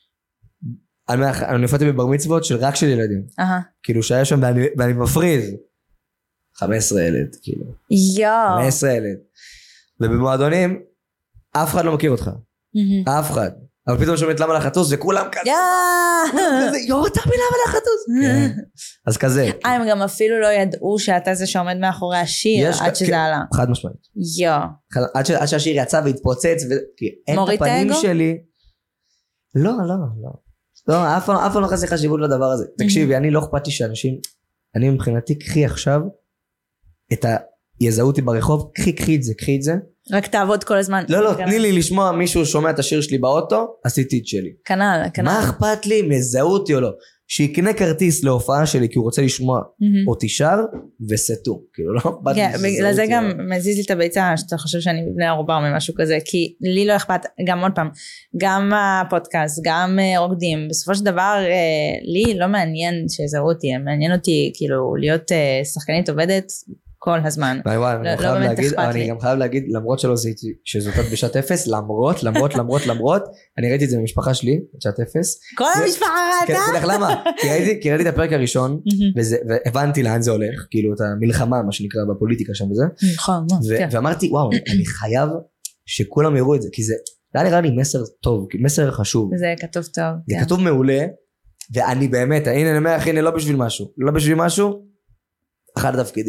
אני הופעתי בבר מצוות של רק של ילדים. כאילו שהיה שם ואני מפריז. חמש עשרה ילד, כאילו. יואו. חמש עשרה ילד. ובמועדונים, אף אחד לא מכיר אותך. אף אחד. אבל פתאום שומעת למה לחטוס וכולם כזה יואו תמיד למה לחטוס אז כזה הם גם אפילו לא ידעו שאתה זה שעומד מאחורי השיר עד שזה עלה חד משמעית יואו עד שהשיר יצא והתפוצץ אין את הפנים שלי לא לא לא אף פעם לא חסי חשיבות לדבר הזה תקשיבי אני לא אכפתי שאנשים אני מבחינתי קחי עכשיו את ה... יזהו אותי ברחוב, קחי, קחי את זה, קחי את זה. רק תעבוד כל הזמן. לא, לא, תני לי לשמוע מישהו שומע את השיר שלי באוטו, עשיתי את שלי. כנל, כנל. מה אכפת לי, מזהו אותי או לא? שיקנה כרטיס להופעה שלי, כי הוא רוצה לשמוע אותי שר, וסתו. כאילו, לא אכפת לי. בגלל זה גם מזיז לי את הביצה, שאתה חושב שאני בבני ערובה או משהו כזה, כי לי לא אכפת, גם עוד פעם, גם הפודקאסט, גם רוקדים, בסופו של דבר, לי לא מעניין שיזהו אותי, מעניין אותי, כאילו, להיות שחקנית עובדת, כל הזמן. אני גם חייב להגיד, למרות שלא זיהיתי שזאת בשעת אפס, למרות, למרות, למרות, למרות, אני ראיתי את זה במשפחה שלי, בשעת אפס. כל המשפחה ראתה? כן, למה? כי ראיתי את הפרק הראשון, והבנתי לאן זה הולך, כאילו את המלחמה, מה שנקרא בפוליטיקה שם וזה. ואמרתי, וואו, אני חייב שכולם יראו את זה, כי זה היה נראה לי מסר טוב, מסר חשוב. זה כתוב טוב. זה כתוב מעולה, ואני באמת, הנה אני אומר, הנה לא בשביל משהו, לא בשביל משהו, אחד התפקידים.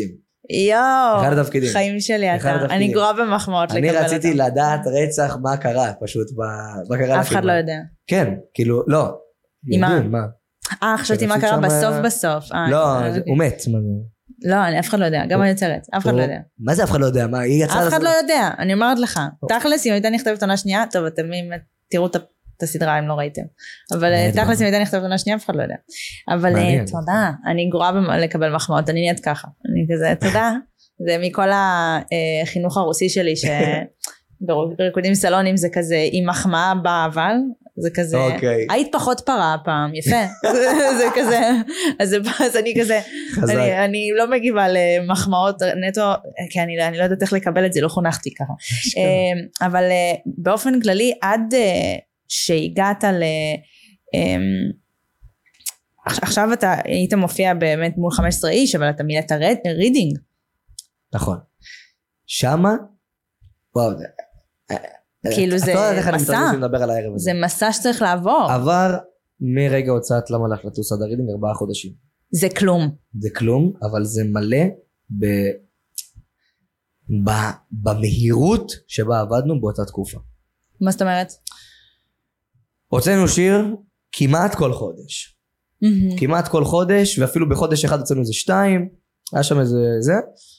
יואו, אחד התפקידים. חיים שלי אתה, אני גרועה במחמאות לקבל אני אותם. רציתי לדעת רצח מה קרה, פשוט, מה קרה. אף אחד לא יודע. כן, כאילו, לא. יודעים, מה? אה, חשבתי מה קרה בסוף בסוף. לא, הוא מת. לא, אף אחד לא יודע, גם היוצרת, אף אחד לא יודע. מה זה אף אחד לא יודע? אף אחד לא יודע, אני אומרת לך. תכלס, אם הייתה נכתבת עונה שנייה, טוב, אתם תראו את הסדרה אם לא ראיתם. אבל תכלס, אם הייתה נכתבת עונה שנייה, אף אחד לא יודע. אבל תודה, אני גרועה לקבל מחמאות, אני נהיית ככה. אני כזה, תודה. זה מכל החינוך הרוסי שלי, שבריקודים סלונים זה כזה, עם מחמאה באה אבל, זה כזה, okay. היית פחות פרה הפעם, יפה, זה כזה, אז, אז אני כזה, אני, אני לא מגיבה למחמאות נטו, כי אני, אני לא יודעת איך לקבל את זה, לא חונכתי ככה, אבל באופן כללי, עד שהגעת ל... עכשיו אתה היית מופיע באמת מול חמש עשרה איש, אבל אתה מילאת רידינג. נכון. שמה, וואו, כאילו זה מסע, זה מסע שצריך לעבור. עבר מרגע הוצאת למה לך לטוס עד הרידינג ארבעה חודשים. זה כלום. זה כלום, אבל זה מלא ב... ב... במהירות שבה עבדנו באותה תקופה. מה זאת אומרת? הוצאנו שיר כמעט כל חודש. Mm-hmm. כמעט כל חודש, ואפילו בחודש אחד הוצאנו איזה שתיים, היה שם איזה זה.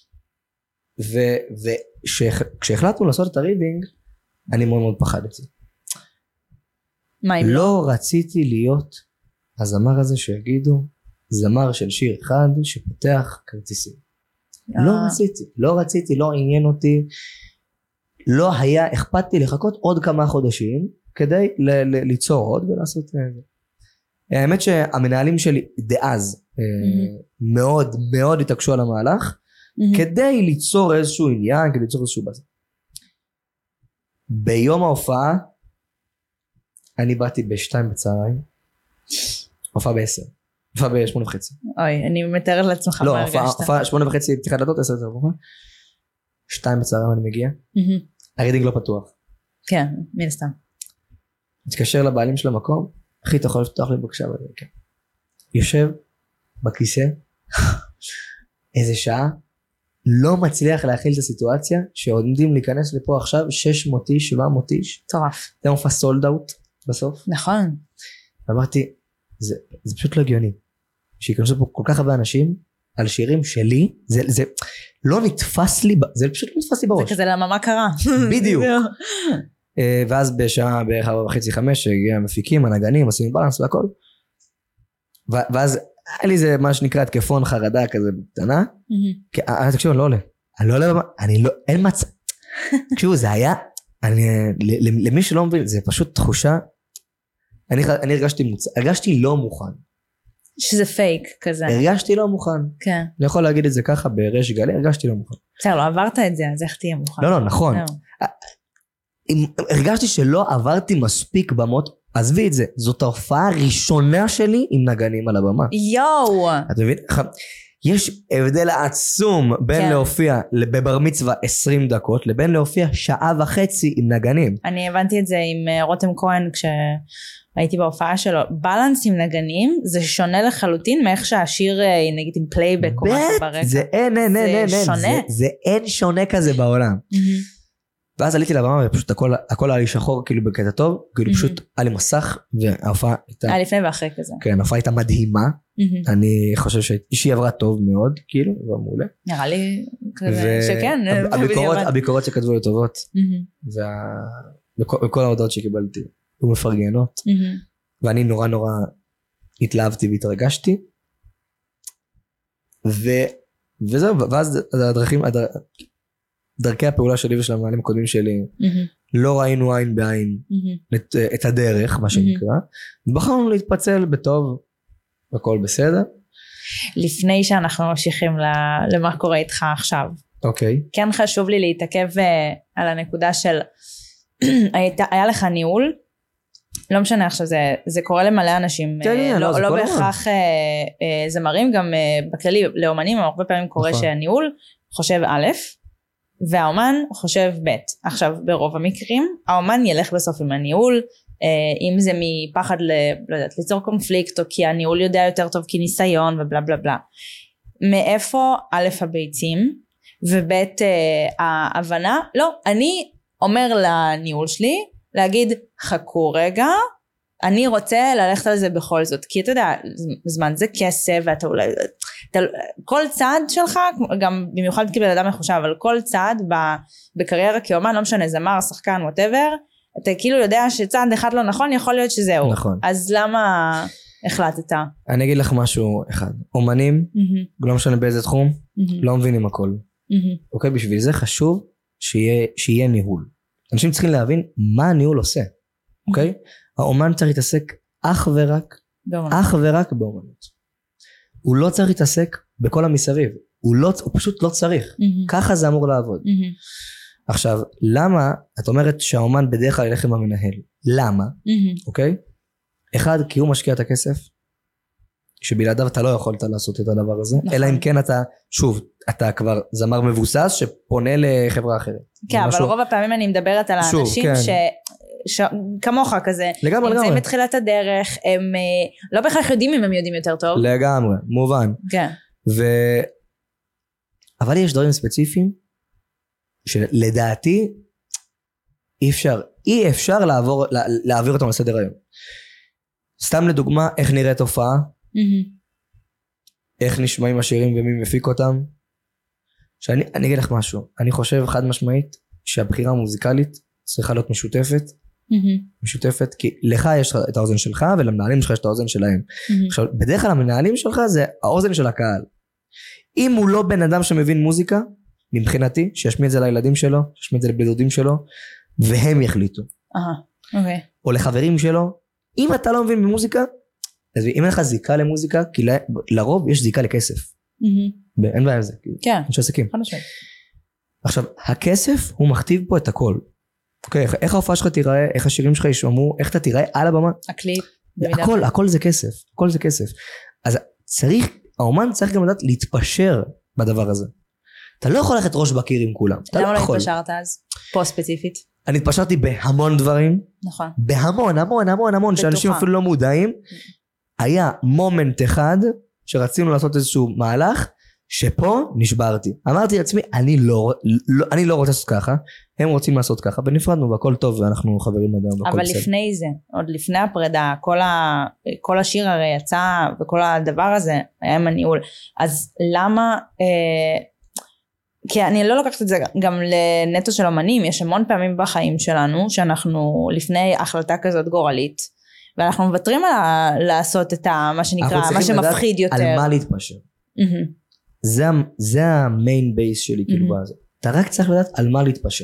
וכשהחלטנו לעשות את הרידינג, אני מאוד מאוד פחדתי. מה אם לא? לא רציתי להיות הזמר הזה שיגידו, זמר של שיר אחד שפותח כרטיסים. לא רציתי, לא רציתי, לא עניין אותי, לא היה אכפת לי לחכות עוד כמה חודשים, כדי ליצור עוד ולעשות את זה. האמת שהמנהלים שלי דאז, מאוד מאוד התעקשו על המהלך, כדי ליצור איזשהו עניין, כדי ליצור איזשהו בזה. ביום ההופעה, אני באתי בשתיים בצהריים, הופעה בעשר, הופעה בשמונה וחצי. אוי, אני מתארת לעצמך מה הרגשת. לא, הופעה שמונה וחצי, פתיחת דלתות, עשר יותר הופעה. שתיים בצהריים אני מגיע, הרידינג לא פתוח. כן, מן הסתם. מתקשר לבעלים של המקום, אחי, אתה יכול לפתוח לי בבקשה, יושב בכיסא, איזה שעה, לא מצליח להכיל את הסיטואציה שעומדים להיכנס לפה עכשיו שש מאות איש, שבע מאות איש. טורף. זה מופע סולד אאוט בסוף. נכון. ואמרתי, זה, זה פשוט לא הגיוני. שיכנסו פה כל כך הרבה אנשים על שירים שלי, זה, זה לא נתפס לי, זה פשוט לא נתפס לי בראש. זה כזה למה מה קרה. בדיוק. ואז בשעה בערך ארבע וחצי חמש, הגיע המפיקים, הנגנים, עשינו בלנס והכל. ואז היה לי זה מה שנקרא תקפון חרדה כזה בקטנה, תקשיבו, אני לא עולה, אני לא עולה, אני לא, אין מצב, תקשיבו, זה היה, למי שלא מבין, זה פשוט תחושה, אני הרגשתי מוצא, הרגשתי לא מוכן. שזה פייק כזה. הרגשתי לא מוכן. כן. אני יכול להגיד את זה ככה בריש גלי, הרגשתי לא מוכן. בסדר, לא עברת את זה, אז איך תהיה מוכן? לא, לא, נכון. הרגשתי שלא עברתי מספיק במות, עזבי את זה, זאת ההופעה הראשונה שלי עם נגנים על הבמה. יואו. אתה מבין? יש הבדל עצום בין כן. להופיע בבר מצווה עשרים דקות, לבין להופיע שעה וחצי עם נגנים. אני הבנתי את זה עם רותם כהן כשהייתי בהופעה שלו. בלנס עם נגנים זה שונה לחלוטין מאיך שהשיר נגיד עם פלייבק או משהו ברקע. זה אין, אין, אין, אין, זה שונה. זה, זה אין שונה כזה בעולם. ואז עליתי לבמה ופשוט הכל, הכל היה לי שחור כאילו בקטע טוב, כאילו פשוט היה לי מסך וההופעה הייתה... היה לפני ואחרי כזה. כן, ההופעה הייתה מדהימה, אני חושב שהיא עברה טוב מאוד, כאילו, עברה מעולה. נראה לי שכן. הביקורות שכתבו לי טובות, וכל ההודעות שקיבלתי, היו מפרגנות, ואני נורא נורא התלהבתי והתרגשתי, וזהו, ואז הדרכים... דרכי הפעולה שלי ושל המנהלים הקודמים שלי, לא ראינו עין בעין את הדרך, מה שנקרא, בחרנו להתפצל בטוב, הכל בסדר. לפני שאנחנו ממשיכים למה קורה איתך עכשיו, אוקיי. כן חשוב לי להתעכב על הנקודה של, היה לך ניהול, לא משנה עכשיו, זה קורה למלא אנשים, לא בהכרח זמרים, גם בכללי לאומנים, הרבה פעמים קורה שהניהול חושב א', והאומן חושב ב'. עכשיו ברוב המקרים האומן ילך בסוף עם הניהול, אם זה מפחד ל, לא יודעת, ליצור קונפליקט, או כי הניהול יודע יותר טוב כי ניסיון ובלה בלה בלה. מאיפה א' הביצים, וב' ההבנה, לא, אני אומר לניהול שלי, להגיד, חכו רגע, אני רוצה ללכת על זה בכל זאת, כי אתה יודע, זמן זה כסף, ואתה אולי, אתה, כל צעד שלך, גם במיוחד כבן אדם מחושב, אבל כל צעד בקריירה כאומן, לא משנה, זמר, שחקן, whatever, אתה כאילו יודע שצעד אחד לא נכון, יכול להיות שזהו. נכון. אז למה החלטת? אני אגיד לך משהו אחד. אומנים, mm-hmm. לא משנה באיזה תחום, mm-hmm. לא מבינים הכל. Mm-hmm. אוקיי, בשביל זה חשוב שיהיה, שיהיה ניהול. אנשים צריכים להבין מה הניהול עושה. אוקיי? Mm-hmm. האומן צריך להתעסק אך ורק, באומנות. אך ורק באומנות. הוא לא צריך להתעסק בכל המסביב. הוא, לא, הוא פשוט לא צריך. Mm-hmm. ככה זה אמור לעבוד. Mm-hmm. עכשיו, למה, את אומרת שהאומן בדרך כלל ילך עם המנהל? למה? Mm-hmm. אוקיי? אחד, כי הוא משקיע את הכסף, שבלעדיו אתה לא יכולת לעשות את הדבר הזה, נכון. אלא אם כן אתה, שוב, אתה כבר זמר מבוסס שפונה לחברה אחרת. כן, אבל משהו... רוב הפעמים אני מדברת על האנשים שוב, כן. ש... ש... כמוך כזה, לגמרי, נמצאים לגמרי. בתחילת הדרך, הם לא בהכרח יודעים אם הם יודעים יותר טוב. לגמרי, מובן. כן. ו... אבל יש דברים ספציפיים, שלדעתי, אי אפשר, אי אפשר לעבור, לה, להעביר אותם לסדר היום. סתם לדוגמה, איך נראית הופעה, mm-hmm. איך נשמעים השירים ומי מפיק אותם. שאני, אני אגיד לך משהו, אני חושב חד משמעית, שהבחירה המוזיקלית צריכה להיות משותפת, mm-hmm. משותפת, כי לך יש את האוזן שלך, ולמנהלים שלך יש את האוזן שלהם. Mm-hmm. עכשיו, בדרך כלל המנהלים שלך זה האוזן של הקהל. אם הוא לא בן אדם שמבין מוזיקה, מבחינתי, שישמיע את זה לילדים שלו, שישמיע את זה לבדודים שלו, והם יחליטו. אהה, אוקיי. או לחברים שלו, אם אתה לא מבין במוזיקה, אז אם אין לך זיקה למוזיקה, כי לרוב יש זיקה לכסף. אין בעיה עם זה. כן. יש עסקים. חדשים. עכשיו, הכסף הוא מכתיב פה את הכל. אוקיי, איך ההופעה שלך תיראה, איך השירים שלך ישמעו, איך אתה תיראה על הבמה. הקליפ. הכל, הכל זה כסף. הכל זה כסף. אז צריך, האומן צריך גם לדעת להתפשר בדבר הזה. אתה לא יכול ללכת ראש בקיר עם כולם. למה לא התפשרת אז? פה ספציפית. אני התפשרתי בהמון דברים. נכון. בהמון, המון, המון, המון, שאנשים אפילו לא מודעים. היה מומנט אחד, שרצינו לעשות איזשהו מהלך, שפה נשברתי. אמרתי לעצמי, אני לא, לא, אני לא רוצה לעשות ככה, הם רוצים לעשות ככה, ונפרדנו, והכל טוב, ואנחנו חברים אדם, אבל לפני זה, עוד לפני הפרידה, כל, ה, כל השיר הרי יצא, וכל הדבר הזה, היה עם הניהול. אז למה... אה, כי אני לא לוקחת את זה גם לנטו של אומנים, יש המון פעמים בחיים שלנו, שאנחנו לפני החלטה כזאת גורלית, ואנחנו מוותרים על ה- לעשות את ה- מה שנקרא, מה שמפחיד יותר. על מה להתפשר. Mm-hmm. זה, זה המיין בייס שלי, mm-hmm. כאילו בזה. אתה רק צריך לדעת על מה להתפשר.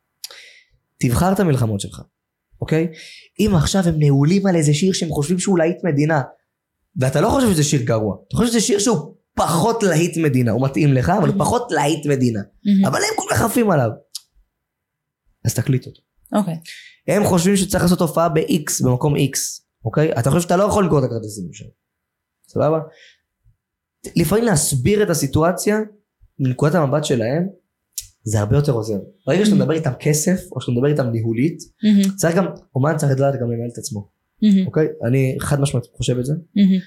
תבחר את המלחמות שלך, אוקיי? אם עכשיו הם נעולים על איזה שיר שהם חושבים שהוא להיט מדינה, ואתה לא חושב שזה שיר גרוע, אתה חושב שזה שיר שהוא פחות להיט מדינה, הוא מתאים לך, אבל הוא פחות להיט מדינה. אבל הם כל כך חפים עליו. אז תקליט אותו. אוקיי. הם חושבים שצריך לעשות הופעה ב-X, במקום X. אוקיי? אתה חושב שאתה לא יכול לקרוא את הכרטיסים שם. סבבה? לפעמים להסביר את הסיטואציה, מנקודת המבט שלהם, זה הרבה יותר עוזר. ברגע שאתה מדבר איתם כסף, או שאתה מדבר איתם ניהולית, צריך גם, אומן צריך לדעת גם לנהל את עצמו. אוקיי? אני חד משמעית חושב את זה.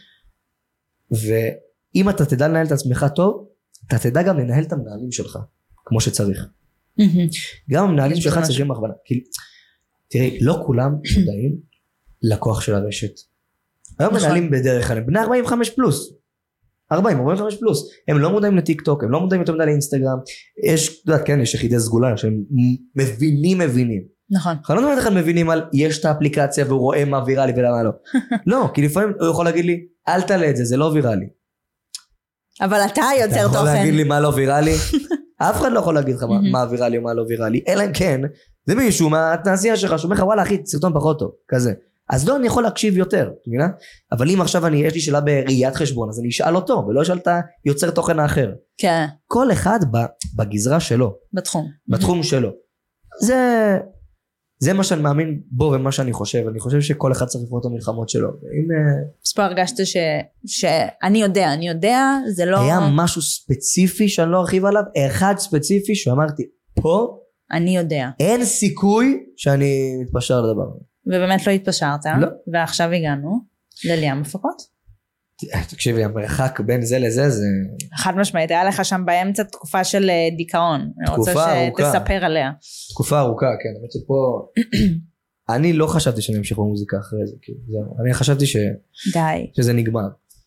ו... אם אתה תדע לנהל את עצמך טוב, אתה תדע גם לנהל את המנהלים שלך, כמו שצריך. גם המנהלים שלך צריכים הכוונה. תראי, לא כולם מודעים לכוח של הרשת. היום מנהלים בדרך כלל, בני ארבעים וחמש פלוס. ארבעים, ארבעים וחמש פלוס. הם לא מודעים לטיק טוק, הם לא מודעים יותר מדי לאינסטגרם. יש, אתה יודע, כן, יש יחידי סגולה, שהם מבינים, מבינים. נכון. אנחנו לא מדברים אחד מבינים על, יש את האפליקציה והוא רואה מה ויראלי ולמה לא. לא, כי לפעמים הוא יכול להגיד לי, אל תעלה את זה, זה לא ויראלי. אבל אתה יוצר תוכן. אתה יכול להגיד לי מה לא ויראלי? אף אחד לא יכול להגיד לך מה ויראלי או מה לא ויראלי, אלא אם כן, זה מישהו מהתעשייה שלך, שאומר לך, וואלה אחי, סרטון פחות טוב, כזה. אז לא, אני יכול להקשיב יותר, תמינה? אבל אם עכשיו אני, יש לי שאלה בראיית חשבון, אז אני אשאל אותו, ולא אשאל את היוצר תוכן האחר. כן. כל אחד בגזרה שלו. בתחום. בתחום שלו. זה... זה מה שאני מאמין בו ומה שאני חושב, אני חושב שכל אחד צריך לפרוט את המלחמות שלו. אז פה הרגשת ש... שאני יודע, אני יודע, זה לא... היה משהו ספציפי שאני לא ארחיב עליו, אחד ספציפי שאמרתי, פה... אני יודע. אין סיכוי שאני מתפשר לדבר. ובאמת לא התפשרת. לא. ועכשיו הגענו לליאם מפקות. תקשיבי, המרחק בין זה לזה זה... חד משמעית, היה לך שם באמצע תקופה של דיכאון. תקופה ארוכה. אני רוצה שתספר עליה. תקופה ארוכה, כן. האמת שפה... אני לא חשבתי שאני אמשיך במוזיקה אחרי זה, כאילו, זהו. אני חשבתי ש... די. שזה נגמר.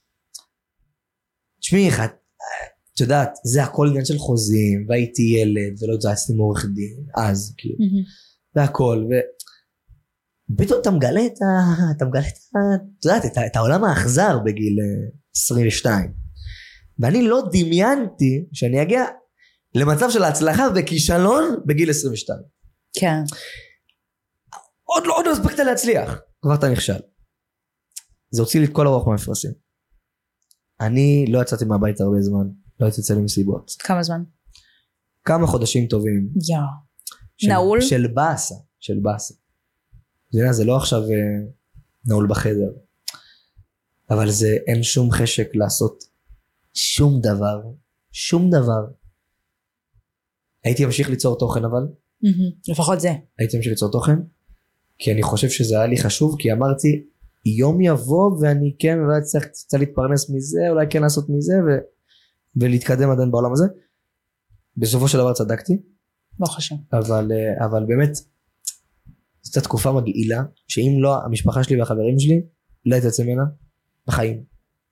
תשמעי, את יודעת, זה הכל עניין של חוזים, והייתי ילד, ולא התייעצתי מעורך דין, אז, כאילו. והכל, ו... פתאום אתה מגלה את ה... אתה מגלה את ה... את יודעת, את, ה... את העולם האכזר בגיל עשרים ושתיים. ואני לא דמיינתי שאני אגיע למצב של ההצלחה וכישלון בגיל עשרים ושתיים. כן. עוד לא, עוד לא הספקת להצליח. כבר אתה נכשל. זה הוציא לי את כל הרוח מהמפרשים. אני לא יצאתי מהבית הרבה זמן. לא יצאתי מסיבות. כמה זמן? כמה חודשים טובים. יאו. של, נעול? של באסה. של באסה. זה, זה לא עכשיו נעול בחדר. אבל זה אין שום חשק לעשות שום דבר. שום דבר. הייתי ממשיך ליצור תוכן אבל. לפחות זה. הייתי ממשיך ליצור תוכן. כי אני חושב שזה היה לי חשוב. כי אמרתי, יום יבוא ואני כן אולי צריך קצת להתפרנס מזה. אולי כן לעשות מזה. ו, ולהתקדם עדיין בעולם הזה. בסופו של דבר צדקתי. לא חשוב. אבל, אבל באמת. זאת תקופה מגעילה, שאם לא המשפחה שלי והחברים שלי, לא הייתי יוצא ממנה בחיים.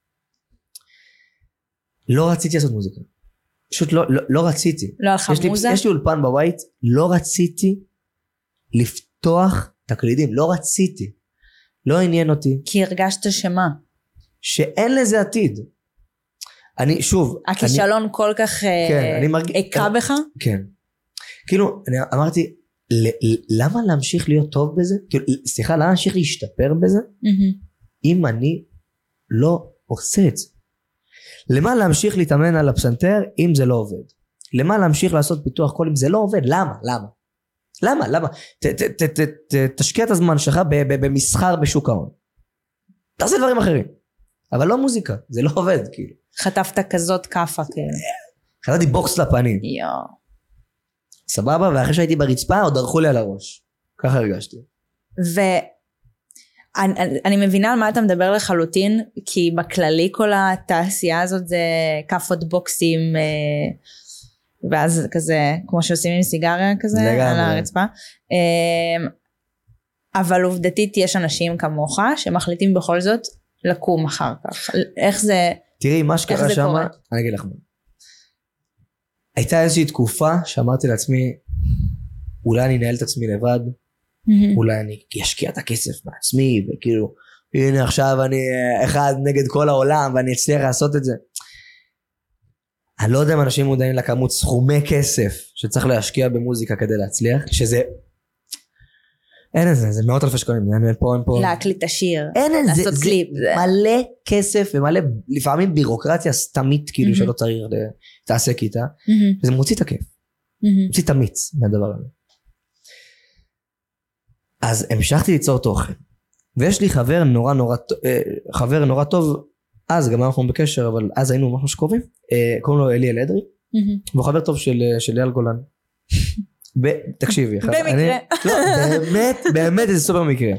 לא רציתי לעשות מוזיקה. פשוט לא, לא, לא רציתי. לא הלכה מוזה? יש לי אולפן בבית, לא רציתי לפתוח תקלידים, לא רציתי. לא עניין אותי. כי הרגשת שמה? שאין לזה עתיד. אני, שוב... הכישלון אני, כל כך כן, אני מרג... עקה בך? כן. כאילו, אני אמרתי... למה להמשיך להיות טוב בזה? סליחה, למה להמשיך להשתפר בזה? אם אני לא עושה את זה. למה להמשיך להתאמן על הפסנתר אם זה לא עובד? למה להמשיך לעשות פיתוח קול אם זה לא עובד? למה? למה? למה? למה? תשקיע את הזמן שלך במסחר בשוק ההון. תעשה דברים אחרים. אבל לא מוזיקה, זה לא עובד כאילו. חטפת כזאת כפה כאילו. חטפתי בוקס לפנים. יואו. סבבה, ואחרי שהייתי ברצפה עוד דרכו לי על הראש. ככה הרגשתי. ואני מבינה על מה אתה מדבר לחלוטין, כי בכללי כל התעשייה הזאת זה כפות בוקסים, ואז כזה, כמו שעושים עם סיגריה כזה, על הרצפה. אבל עובדתית יש אנשים כמוך, שמחליטים בכל זאת לקום אחר כך. איך זה, תראי, מה שקרה שם, אני אגיד לך מה. הייתה איזושהי תקופה שאמרתי לעצמי, אולי אני אנהל את עצמי לבד, mm-hmm. אולי אני אשקיע את הכסף בעצמי, וכאילו, הנה עכשיו אני אחד נגד כל העולם, ואני אצליח לעשות את זה. אני לא יודע אם אנשים מודעים לכמות סכומי כסף, שצריך להשקיע במוזיקה כדי להצליח, שזה, אין את זה, זה מאות אלפי שקלים, אין פה, אין פה. להקליט את השיר, אין את זה, לעשות זה קליפ. מלא כסף, ומלא, לפעמים בירוקרטיה סתמית, כאילו שלא צריך להתעסק איתה, וזה מוציא את הכיף, מוציא את המיץ מהדבר הזה. אז המשכתי ליצור תוכן, ויש לי חבר נורא נורא, חבר נורא טוב, אז גם אנחנו בקשר, אבל אז היינו ממש קרובים, קוראים לו אלי אלדרי, והוא חבר טוב של אייל גולן. תקשיבי, במקרה. באמת, באמת זה סופר מקרה.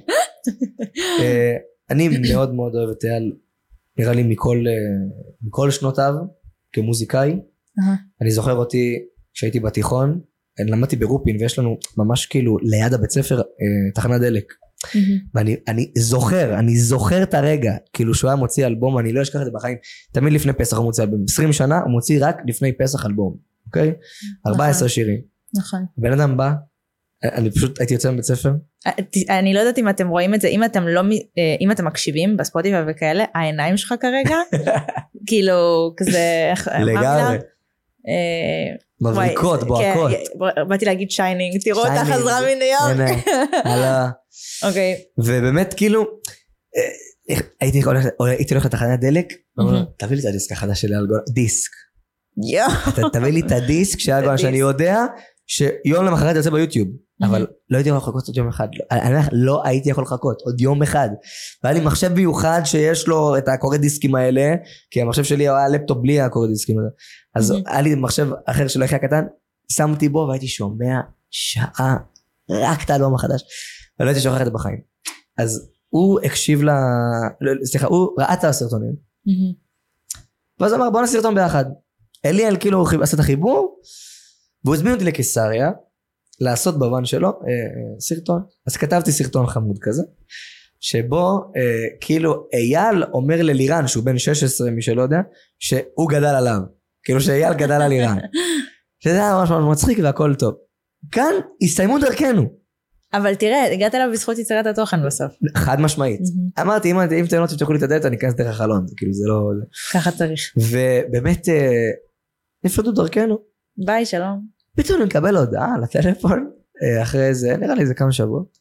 אני מאוד מאוד אוהב את אייל, נראה לי מכל שנותיו, כמוזיקאי. אני זוכר אותי כשהייתי בתיכון, אני למדתי ברופין, ויש לנו ממש כאילו ליד הבית ספר תחנת דלק. ואני זוכר, אני זוכר את הרגע, כאילו שהוא היה מוציא אלבום, אני לא אשכח את זה בחיים, תמיד לפני פסח הוא מוציא אלבום, עשרים שנה הוא מוציא רק לפני פסח אלבום, אוקיי? ארבע עשרה שירים. נכון. בן אדם בא, אני פשוט הייתי יוצא מבית ספר. אני לא יודעת אם אתם רואים את זה, אם אתם לא, אם אתם מקשיבים בספוטיפיי וכאלה, העיניים שלך כרגע, כאילו כזה, לגמרי. מבריקות, בוהקות. באתי להגיד שיינינג, תראו אותה חזרה מניו יורק. אוקיי. ובאמת כאילו, הייתי הולך לתחנת דלק, תביא לי את הדיסק החדש של אלגון, דיסק. תביא לי את הדיסק של אלגון שאני יודע, שיום למחרת יוצא ביוטיוב, אבל לא הייתי יכול לחכות עוד יום אחד, לא הייתי יכול לחכות עוד יום אחד, והיה לי מחשב מיוחד שיש לו את הקורא דיסקים האלה, כי המחשב שלי היה לפטופ בלי הקורא דיסקים הזה, אז היה לי מחשב אחר שלא היה קטן, שמתי בו והייתי שומע שעה רק את האלבום החדש, ולא הייתי שוכח את זה בחיים. אז הוא הקשיב לה, סליחה, הוא ראה את הסרטונים, ואז אמר בוא נעשה סרטון ביחד. אליאל כאילו עשה את החיבור, והוא הזמין אותי לקיסריה, לעשות בוואן שלו סרטון. אז כתבתי סרטון חמוד כזה, שבו כאילו אייל אומר ללירן, שהוא בן שש עשרה מי שלא יודע, שהוא גדל עליו, כאילו שאייל גדל על לירן. שזה היה ממש ממש מצחיק והכל טוב. כאן הסתיימו דרכנו. אבל תראה, הגעת אליו בזכות יצירת התוכן בסוף. חד משמעית. אמרתי, אם אתם לא תפתחו לי את הדלת, אני אכנס דרך החלון. כאילו זה לא... ככה צריך. ובאמת, נפרדו דרכנו. ביי, שלום. פתאום אני מקבל הודעה לטלפון, אחרי זה, נראה לי זה כמה שבועות,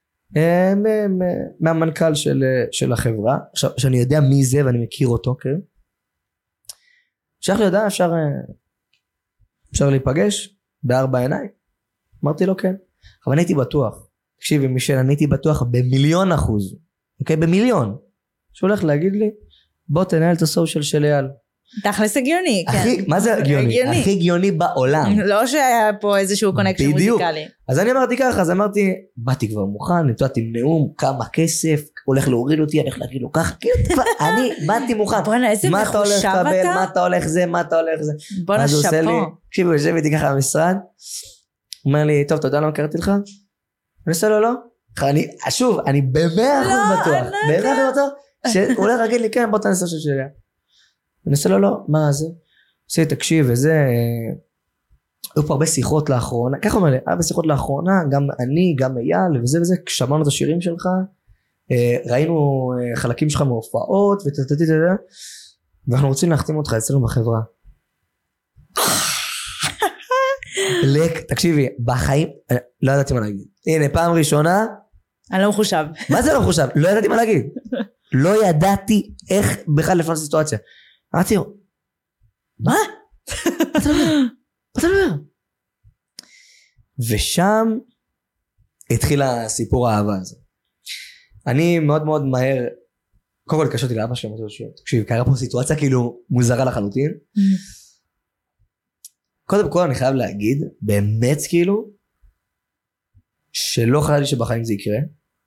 מהמנכ"ל של החברה, עכשיו, שאני יודע מי זה ואני מכיר אותו, כן? שלח לי הודעה, אפשר... אפשר להיפגש בארבע עיניים? אמרתי לו כן. אבל אני הייתי בטוח, תקשיבי מישל, אני הייתי בטוח במיליון אחוז, אוקיי? במיליון. שהולך להגיד לי, בוא תנהל את הסושיאל של אייל. תכלס הגיוני, כן. הכי, מה זה הגיוני? הכי הגיוני בעולם. לא שהיה פה איזשהו קונקשן מוזיקלי. אז אני אמרתי ככה, אז אמרתי, באתי כבר מוכן, נתתי עם נאום, כמה כסף, הולך להוריד אותי, אני הולך להגיד לו ככה, אני באתי מוכן. בוא'נה, איזה מחושב אתה? מה אתה הולך זה, מה אתה הולך זה. בוא'נה, שפו. תקשיב, הוא יושב איתי ככה במשרד, הוא אומר לי, טוב, אתה יודע למה קראתי לך? אני עושה לו לא. אני, שוב, אני במאה אחוז בטוח, במאה אחוז בטוח, שהוא הולך להגיד לי, כן, בוא תנסה של שלי. אני עושה לו לא, מה זה? עושה לי תקשיב וזה, היו פה הרבה שיחות לאחרונה, ככה אומר לי, הרבה שיחות לאחרונה, גם אני, גם אייל וזה וזה, כשמענו את השירים שלך, ראינו חלקים שלך מהופעות, ותתתתת, ואנחנו רוצים להחתים אותך אצלנו בחברה. תקשיבי, בחיים, לא ידעתי מה להגיד. הנה, פעם ראשונה. אני לא מחושב. מה זה לא מחושב? לא ידעתי מה להגיד. לא ידעתי איך בכלל לפנות סיטואציה. אמרתי לו, מה? מה אתה אומר? מה אתה אומר? ושם התחיל הסיפור האהבה הזה. אני מאוד מאוד מהר, קודם כל התקשרתי לאבא שלי, תקשיב, קרה פה סיטואציה כאילו מוזרה לחלוטין. קודם כל אני חייב להגיד, באמת כאילו, שלא חייב לי שבחיים זה יקרה,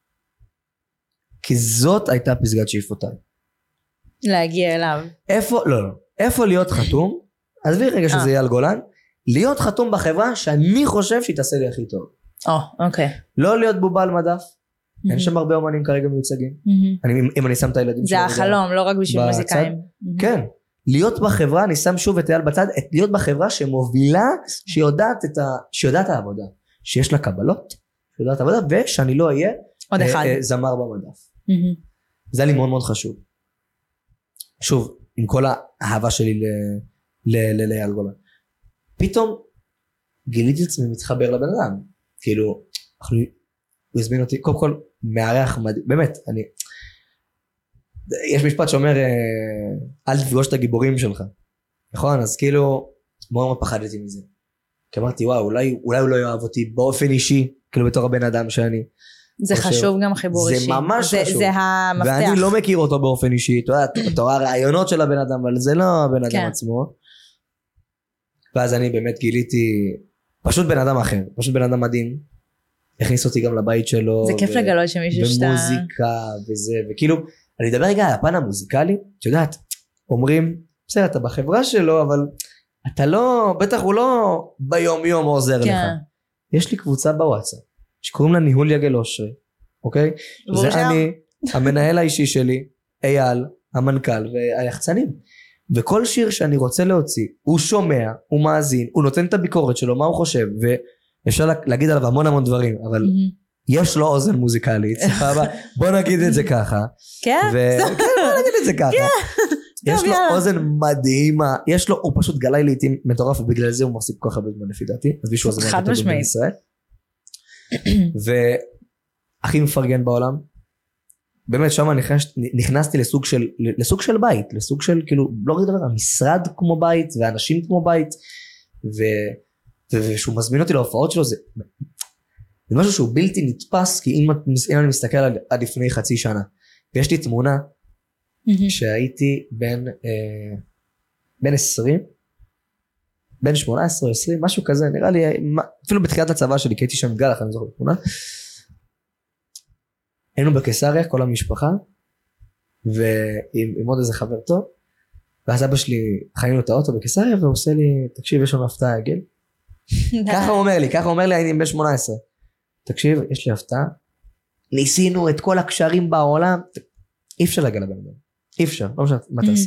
כי זאת הייתה פסגת שאיפותיי. להגיע אליו. איפה, לא, לא, איפה להיות חתום, עזבי רגע שזה יהיה על גולן, להיות חתום בחברה שאני חושב שהיא תעשה לי הכי טוב. או, אוקיי. לא להיות בובה על מדף, אין שם הרבה אומנים כרגע מיוצגים, אם אני שם את הילדים זה החלום, לא רק בשביל מוזיקאים. כן. להיות בחברה, אני שם שוב את אייל בצד, להיות בחברה שמובילה, שיודעת את ה, שיודעת העבודה, שיש לה קבלות, שיודעת העבודה, ושאני לא אהיה זמר במדף. זה היה לי מאוד מאוד חשוב. שוב, עם כל האהבה שלי לאייל גולן. פתאום גיליתי את עצמי מתחבר לבן אדם. כאילו, הוא הזמין אותי, קודם כל, מערך מדהים, באמת, אני... יש משפט שאומר, אל תפגוש את הגיבורים שלך. נכון? אז כאילו, מאוד מאוד פחדתי מזה. כי אמרתי, וואו, אולי, אולי הוא לא יאהב אותי באופן אישי, כאילו בתור הבן אדם שאני... זה חשוב גם חיבור אישי. זה ממש זה, חשוב. זה המפתח. ואני לא מכיר אותו באופן אישי, אתה יודע, אתה רואה רעיונות של הבן אדם, אבל זה לא הבן אדם עצמו. ואז אני באמת גיליתי, פשוט בן אדם אחר, פשוט בן אדם מדהים. הכניס אותי גם לבית שלו. זה כיף לגלות שמישהו שאתה... ומוזיקה וזה, וכאילו... אני אדבר רגע על הפן המוזיקלי, את יודעת, אומרים, בסדר, אתה בחברה שלו, אבל אתה לא, בטח הוא לא ביום יום עוזר לך. יש לי קבוצה בוואטסאפ, שקוראים לה ניהול יגל אושרי, אוקיי? זה אני, המנהל האישי שלי, אייל, המנכ"ל והיחצנים. וכל שיר שאני רוצה להוציא, הוא שומע, הוא מאזין, הוא נותן את הביקורת שלו, מה הוא חושב, ואפשר להגיד עליו המון המון דברים, אבל... יש לו אוזן מוזיקלית, סבבה, בוא נגיד את זה ככה. כן? כן, בוא נגיד את זה ככה. יש לו אוזן מדהימה, יש לו, הוא פשוט גלי לעתים מטורף, ובגלל זה הוא מחזיק כל כך הרבה זמן לפי דעתי, אז מישהו הזמן חד משמעית. והכי מפרגן בעולם, באמת שם נכנסתי לסוג של, לסוג של בית, לסוג של כאילו, לא רק דבר, המשרד כמו בית, ואנשים כמו בית, ושהוא מזמין אותי להופעות שלו, זה... זה משהו שהוא בלתי נתפס, כי אם, אם אני מסתכל על, עד לפני חצי שנה, ויש לי תמונה, mm-hmm. שהייתי בין, אה, בין עשרים, בין שמונה עשרה או עשרים, משהו כזה, נראה לי, אפילו בתחילת הצבא שלי, כי הייתי שם גלח, אני זוכר בתמונה, היינו בקיסריה, כל המשפחה, ועם עוד איזה חבר טוב, ואז אבא שלי חיינו את האוטו בקיסריה, והוא עושה לי, תקשיב, יש לנו הפתעה, גיל. ככה הוא אומר לי, ככה הוא אומר לי, הייתי בן שמונה עשרה. תקשיב, יש לי הפתעה, ניסינו את כל הקשרים בעולם, אי אפשר להגיע לבן אדם, אי אפשר, לא משנה, מה תעשה?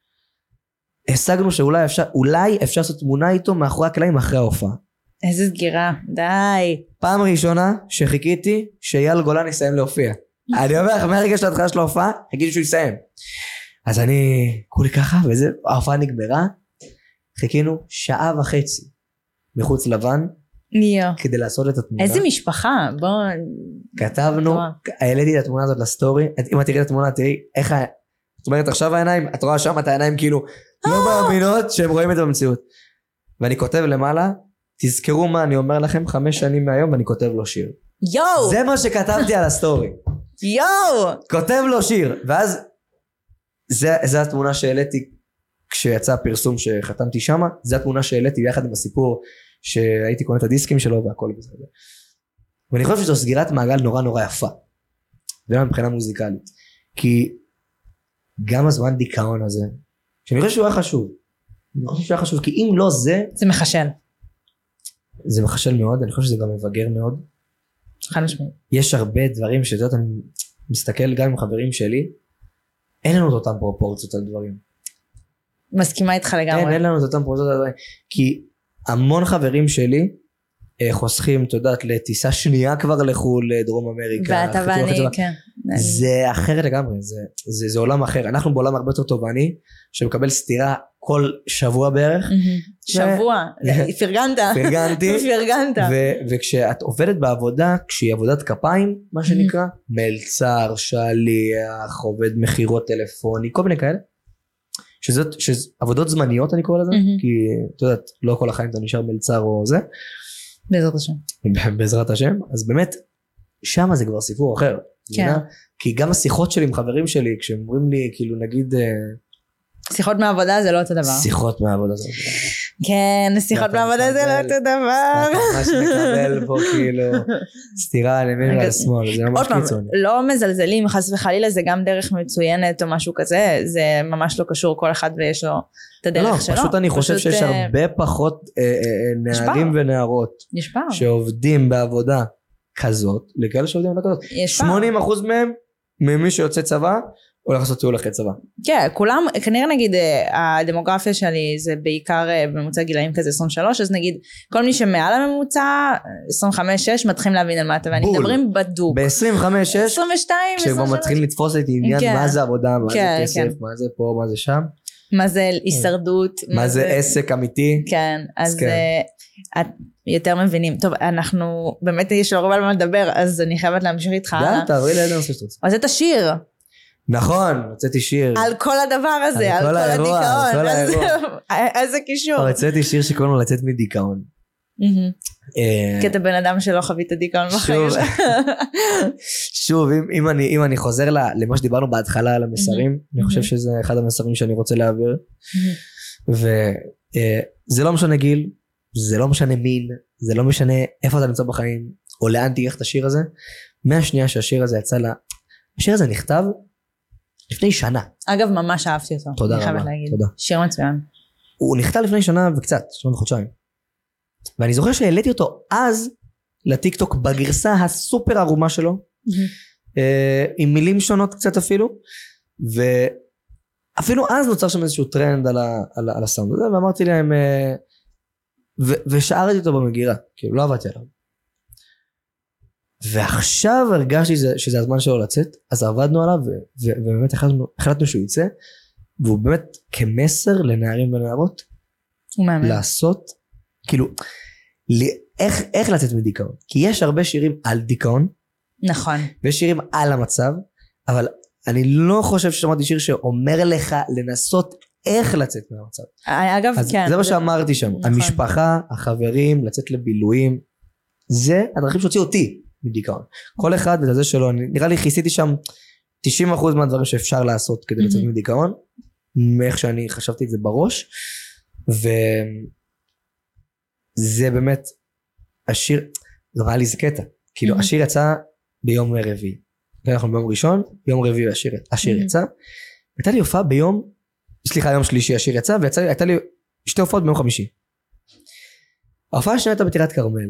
השגנו שאולי אפשר, אולי אפשר לעשות תמונה איתו מאחורי הקלעים אחרי ההופעה. איזה סגירה, די. פעם ראשונה שחיכיתי שאייל גולן יסיים להופיע. אני אומר לך, מהרגע של ההתחלה של ההופעה, הגידו שהוא יסיים. אז אני, כולי ככה, וזה, ההופעה נגמרה, חיכינו שעה וחצי מחוץ לבן, יו. כדי לעשות את התמונה. איזה משפחה, בוא. כתבנו, העליתי את התמונה הזאת לסטורי, אם את תראי את התמונה, תראי איך ה... זאת אומרת, עכשיו העיניים, את רואה שם את העיניים כאילו, לא מאמינות שהם רואים את זה במציאות. ואני כותב למעלה, תזכרו מה אני אומר לכם, חמש שנים מהיום, ואני כותב לו שיר. יואו! זה מה שכתבתי על הסטורי. יואו! כותב לו שיר, ואז, זה, זה התמונה שהעליתי, כשיצא הפרסום שחתמתי שמה, זה התמונה שהעליתי ביחד עם הסיפור, שהייתי קונה את הדיסקים שלו והכל בסדר. ואני חושב שזו סגירת מעגל נורא נורא יפה. ולמה מבחינה מוזיקלית. כי גם הזמן דיכאון הזה, שאני חושב שהוא היה חשוב. אני חושב שהוא היה חשוב, כי אם לא זה... זה מחשל. זה מחשל מאוד, אני חושב שזה גם מבגר מאוד. חד משמעית. יש הרבה דברים שאת יודעת, אני מסתכל גם עם חברים שלי, אין לנו את אותם פרופורציות על דברים. מסכימה איתך לגמרי. אין, אין לנו את אותם פרופורציות על דברים. כי המון חברים שלי, חוסכים, אתה יודעת, לטיסה שנייה כבר לחול לדרום אמריקה. ואתה ואני, כן. זה אחרת לגמרי, זה, זה, זה עולם אחר. אנחנו בעולם הרבה יותר תובעני, שמקבל סתירה כל שבוע בערך. שבוע, פרגנת. פרגנתי. פרגנת. וכשאת עובדת בעבודה, כשהיא עבודת כפיים, מה שנקרא, מלצר, שליח, עובד מחירות טלפוני, כל מיני כאלה. שזאת, שעבודות זמניות אני קורא לזה, כי אתה יודעת, לא כל החיים אתה נשאר מלצר או זה. בעזרת השם. בעזרת השם, אז באמת, שם זה כבר סיפור אחר. כן. כי גם השיחות שלי עם חברים שלי, כשהם אומרים לי, כאילו נגיד... שיחות מעבודה זה לא אותו דבר. שיחות מעבודה זה לא אותו דבר. כן, שיחות מעבודה זה לא אותו דבר. אתה ממש מקבל פה כאילו סתירה על ימין ועל שמאל, זה ממש קיצוני. לא מזלזלים, חס וחלילה, זה גם דרך מצוינת או משהו כזה, זה ממש לא קשור, כל אחד ויש לו את הדרך שלו. לא, פשוט אני חושב שיש הרבה פחות נערים ונערות שעובדים בעבודה כזאת, לכאלה שעובדים בעבודה כזאת. שמונים אחוז מהם, ממי שיוצא צבא, הולך לעשות טיול אחרי צבא. כן, כולם, כנראה נגיד, הדמוגרפיה שלי זה בעיקר בממוצע גילאים כזה עשרים ושלוש, אז נגיד, כל מי שמעל הממוצע, עשרים וחמש שש, מתחילים להבין על מה אתה, ואני מדברים בדוק. ב-עשרים וחמש שש, עשרים ושתיים, כשכבר מתחילים לתפוס את העניין, מה זה עבודה, מה זה כסף, מה זה פה, מה זה שם. מה זה הישרדות. מה זה עסק אמיתי. כן, אז את יותר מבינים. טוב, אנחנו, באמת יש הרבה על מה לדבר, אז אני חייבת להמשיך איתך. די, תעברי לידי נושא שתרצה. אז את השיר. נכון, הוצאתי שיר. על כל הדבר הזה, על כל הדיכאון. על כל האירוע. איזה קישור. הוצאתי שיר שקוראים לו לצאת מדיכאון. כי אתה בן אדם שלא חווית דיכאון בחיים. שוב, אם אני חוזר למה שדיברנו בהתחלה על המסרים, אני חושב שזה אחד המסרים שאני רוצה להעביר. וזה לא משנה גיל, זה לא משנה מין, זה לא משנה איפה אתה נמצא בחיים, או לאן תלך את השיר הזה. מהשנייה שהשיר הזה יצא לה, השיר הזה נכתב לפני שנה. אגב, ממש אהבתי אותו. תודה רבה, תודה. שיר מצוין. הוא נכתב לפני שנה וקצת, שנה וחודשיים. ואני זוכר שהעליתי אותו אז לטיק טוק בגרסה הסופר ערומה שלו, עם מילים שונות קצת אפילו, ואפילו אז נוצר שם איזשהו טרנד על הסאונד הזה, ואמרתי להם, ושארתי אותו במגירה, כאילו לא עבדתי עליו. ועכשיו הרגשתי שזה הזמן שלו לצאת, אז עבדנו עליו, ובאמת החלטנו שהוא יצא, והוא באמת כמסר לנערים ונערות, לעשות, כאילו, איך, איך לצאת מדיכאון. כי יש הרבה שירים על דיכאון, נכון. ויש שירים על המצב, אבל אני לא חושב ששמעתי שיר שאומר לך לנסות איך לצאת מהמצב. אגב, אז כן. זה מה שאמרתי שם, נכון. המשפחה, החברים, לצאת לבילויים, זה הדרכים שהוציאו אותי מדיכאון. כל אחד וזה שלו, נראה לי כיסיתי שם תשעים אחוז מהדברים שאפשר לעשות כדי לצאת מדיכאון, מאיך שאני חשבתי את זה בראש, וזה באמת, השיר, זה ראה לי זה קטע, כאילו השיר יצא ביום רביעי, אנחנו ביום ראשון, יום רביעי השיר, השיר יצא, הייתה לי הופעה ביום, סליחה, יום שלישי השיר יצא, והייתה לי שתי הופעות ביום חמישי. ההופעה השנייה הייתה בטירת כרמל.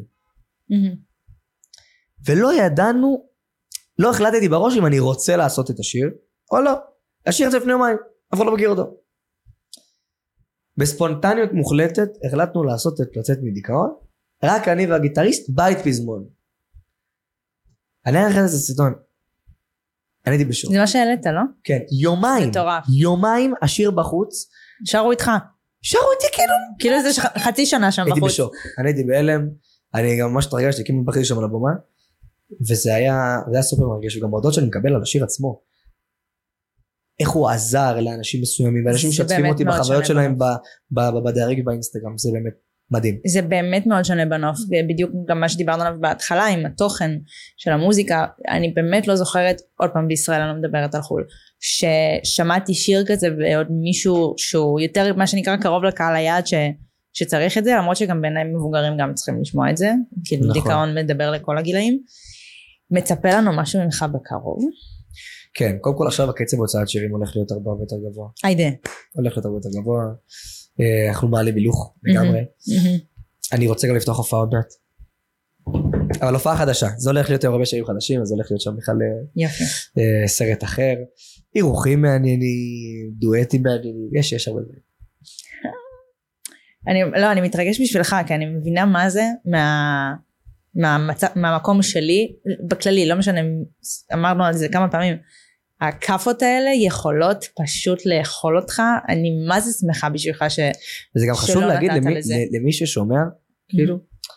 ולא ידענו, לא החלטתי בראש אם אני רוצה לעשות את השיר, או לא. השיר יצא לפני יומיים, אף אחד לא מכיר אותו. בספונטניות מוחלטת, החלטנו לעשות את לצאת מדיכאון, רק אני והגיטריסט, בית פזמון. אני היה אחרי זה סרטון. אני הייתי בשוק. זה מה שהעלית, לא? כן, יומיים. מטורף. יומיים השיר בחוץ. שרו איתך. שרו איתי כאילו. כאילו זה חצי שנה שם בחוץ. הייתי בשוק. אני הייתי בהלם. אני גם ממש תרגשתי, כאילו בכיתי שם על הבמה. וזה היה, זה היה סופר מרגש. וגם הודות שאני מקבל על השיר עצמו. איך הוא עזר לאנשים מסוימים. ואנשים שצפים אותי בחוויות שלהם בדיירקט באינסטגרם. זה באמת מדהים. זה באמת מאוד שונה בנוף, ובדיוק גם מה שדיברנו עליו בהתחלה, עם התוכן של המוזיקה, אני באמת לא זוכרת, עוד פעם בישראל אני לא מדברת על חול, ששמעתי שיר כזה, ועוד מישהו שהוא יותר מה שנקרא קרוב לקהל היעד, ש, שצריך את זה, למרות שגם בעיניי מבוגרים גם צריכים לשמוע את זה, כאילו נכון. דיכאון מדבר לכל הגילאים, מצפה לנו משהו ממך בקרוב? כן, קודם כל עכשיו הקצב הוצאת שירים הולך להיות הרבה יותר גבוה. היידה. הולך להיות הרבה יותר גבוה. אנחנו מעלים הילוך לגמרי. אני רוצה גם לפתוח הופעה עוד מעט. אבל הופעה חדשה. זה הולך להיות הרבה שירים חדשים, אז זה הולך להיות שם בכלל סרט אחר. אירוחים מעניינים, דואטים מעניינים, יש, יש הרבה דברים. לא, אני מתרגש בשבילך, כי אני מבינה מה זה מהמקום שלי, בכללי, לא משנה, אמרנו על זה כמה פעמים, הכפות האלה יכולות פשוט לאכול אותך, אני מה זה שמחה בשבילך ש... וזה גם חשוב להגיד למי, למי ששומע, כאילו,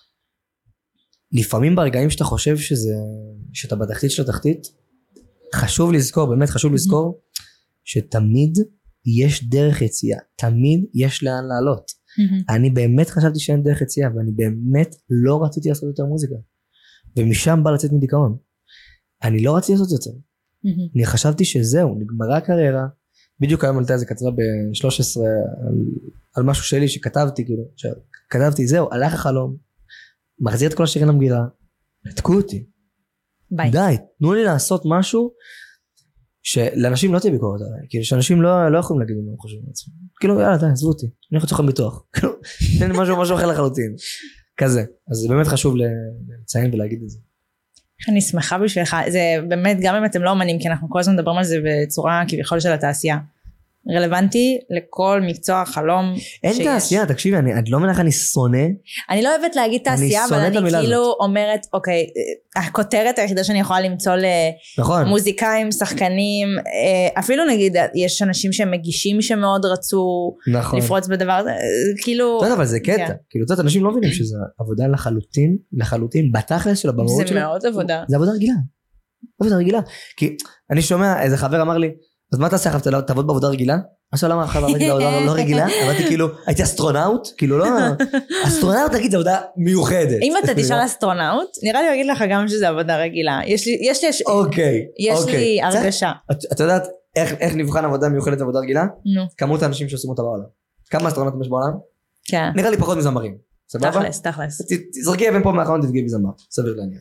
לפעמים ברגעים שאתה חושב שזה, שאתה בתחתית של התחתית, חשוב לזכור, באמת חשוב לזכור, שתמיד יש דרך יציאה, תמיד יש לאן לעלות. אני באמת חשבתי שאין דרך יציאה, ואני באמת לא רציתי לעשות יותר מוזיקה, ומשם בא לצאת מדיכאון. אני לא רציתי לעשות יותר. אני חשבתי שזהו, נגמרה הקריירה, בדיוק היום עלתה איזה כתבה ב-שלוש עשרה על, על משהו שלי שכתבתי, כאילו, שכתבתי זהו, הלך החלום, מחזיר את כל השירים למגירה, התקו אותי. ביי. די, תנו לי לעשות משהו, שלאנשים לא תהיה ביקורת עליי, כאילו שאנשים לא, לא יכולים להגיד אם הם חושבים לעצמם. כאילו, יאללה, די, עזבו אותי, אני יכול לצורך ביטוח. כאילו, תן לי משהו, משהו אחר לחלוטין. כזה. אז זה באמת חשוב לציין ולהגיד את זה. אני שמחה בשבילך, זה באמת גם אם אתם לא אומנים, כי אנחנו כל הזמן מדברים על זה בצורה כביכול של התעשייה, רלוונטי לכל מקצוע חלום אין שיש. תעשייה, תקשיבי, אני, אני לא מניח, אני שונא. אני לא אוהבת להגיד תעשייה, אבל אני כאילו הזאת. אומרת, אוקיי, הכותרת היחידה שאני יכולה למצוא למוזיקאים, נכון. שחקנים, אפילו נגיד, יש אנשים שמגישים שמאוד רצו נכון. לפרוץ בדבר הזה, כאילו... לא, אבל זה קטע, כן. כאילו, זאת, אנשים לא מבינים שזה עבודה לחלוטין, לחלוטין, בתכלס של הבמות שלה. זה מאוד עבודה. זה עבודה רגילה. עבודה רגילה. כי אני שומע, איזה חבר אמר לי, אז מה תעשה עכשיו, תעבוד בעבודה רגילה? עכשיו למה עכשיו עבדתי בעבודה לא רגילה? עבדתי כאילו, הייתי אסטרונאוט? כאילו לא, אסטרונאוט תגיד זה עבודה מיוחדת. אם אתה תשאל אסטרונאוט, נראה לי אגיד לך גם שזה עבודה רגילה. יש לי, יש לי, יש לי הרגשה. את יודעת איך נבחן עבודה מיוחדת ועבודה רגילה? נו. כמות האנשים שעושים אותה בעולם. כמה אסטרונאוטים יש בעולם? כן. נראה לי פחות מזמרים. סבבה? תכלס, תכלס. תזרקי אבן פה מאחרון תתגעי בזמר. סביר להניח.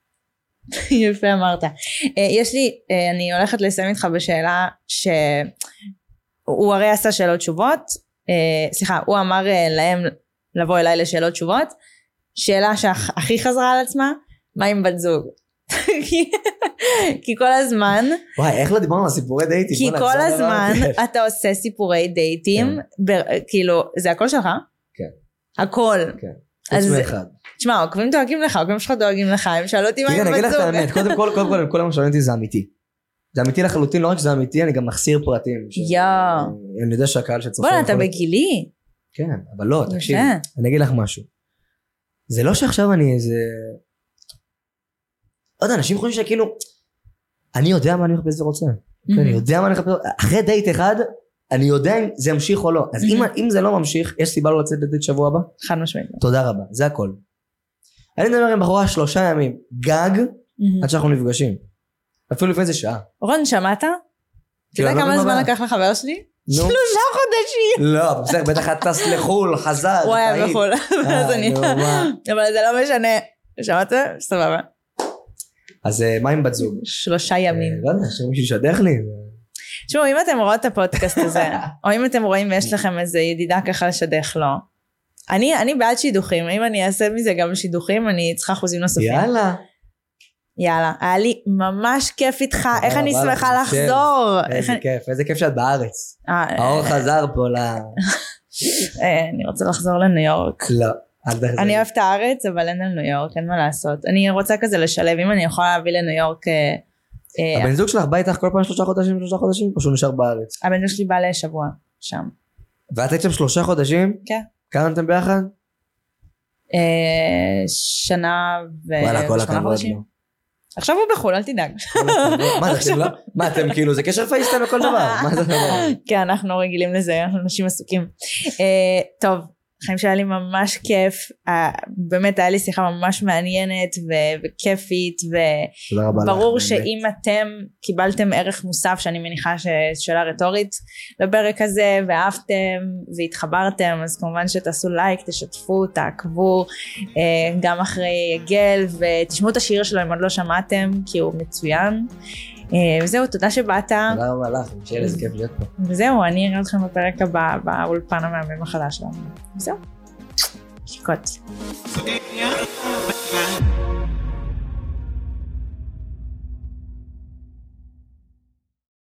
יפה אמרת. יש לי, אני הולכת לסיים איתך בשאלה שהוא הרי עשה שאלות תשובות, סליחה, הוא אמר להם לבוא אליי לשאלות תשובות, שאלה שהכי חזרה על עצמה, מה עם בת זוג? כי כל הזמן, וואי, איך לא דיברנו על סיפורי דייטים? כי כל הזמן אתה עושה סיפורי דייטים, כאילו, זה הכל שלך? כן. הכל. כן. חוץ מאחד. תשמע, עוקבים דואגים לך, עוקבים שלך דואגים לך, הם שאלו אותי מה עם בת זוג. תראה, אני אגיד לך את האמת, קודם כל, קודם כל, כל מה שואלים אותי זה אמיתי. זה אמיתי לחלוטין, לא רק שזה אמיתי, אני גם מחסיר פרטים. יואו. אני יודע שהקהל שצופה... בוא'נה, אתה בגילי. כן, אבל לא, תקשיב, אני אגיד לך משהו. זה לא שעכשיו אני איזה... עוד אנשים חושבים שכאילו, אני יודע מה אני מחפש ורוצה. אני יודע מה אני מחפש, אחרי דייט אחד, אני יודע אם זה ימשיך או לא. אז אם זה לא ממשיך, יש סיבה לא לצאת לדייט שבוע הבא? חד משמעית. תודה רבה, זה הכל. אני מדבר עם בחורה שלושה ימים, גג, עד שאנחנו נפגשים. אפילו לפני איזה שעה. רון, שמעת? אתה יודע כמה זמן לקח לחבר שלי? שלושה חודשים. לא, בסדר, בטח את טס לחול, חזר. הוא היה בחול. אבל זה לא משנה. שמעת? סבבה. אז מה עם בת זוג? שלושה ימים. לא יודע, שמישהו ישדך לי. תשמעו, אם אתם רואות את הפודקאסט הזה, או אם אתם רואים ויש לכם איזה ידידה ככה לשדך לו, אני, אני בעד שידוכים, אם אני אעשה מזה גם שידוכים, אני צריכה אחוזים נוספים. יאללה. יאללה, היה לי ממש כיף איתך, איך אני שמחה לחזור. איזה כיף, איזה כיף שאת בארץ. האור חזר פה ל... אני רוצה לחזור לניו יורק. לא. אני אוהבת הארץ, אבל אין על ניו יורק, אין מה לעשות. אני רוצה כזה לשלב, אם אני יכולה להביא לניו יורק... הבן זוג שלך בא איתך כל פעם שלושה חודשים, שלושה חודשים, או שהוא נשאר בארץ? הבן זוג שלי בא לשבוע, שם. ואת הייתם שלושה חודשים? כן. כמה אתם ביחד? שנה ושמונה חודשים. עכשיו הוא בחול, אל תדאג. מה, אתם כאילו, זה קשר פייסטיים לכל דבר. כן, אנחנו רגילים לזה, אנחנו אנשים עסוקים. טוב, חיים שהיה לי ממש כיף, באמת היה לי שיחה ממש מעניינת וכיפית, וברור שאם אתם קיבלתם ערך מוסף, שאני מניחה ששאלה רטורית לפרק הזה, ואהבתם והתחברתם, אז כמובן שתעשו לייק, תשתפו, תעקבו, גם אחרי יגל, ותשמעו את השיר שלו אם עוד לא שמעתם, כי הוא מצוין. וזהו, תודה שבאת. תודה רבה לך, שיהיה איזה כיף להיות פה. וזהו, אני אראה אתכם בפרק הבא, באולפן המאמן החדש שלנו. וזהו. שיקות.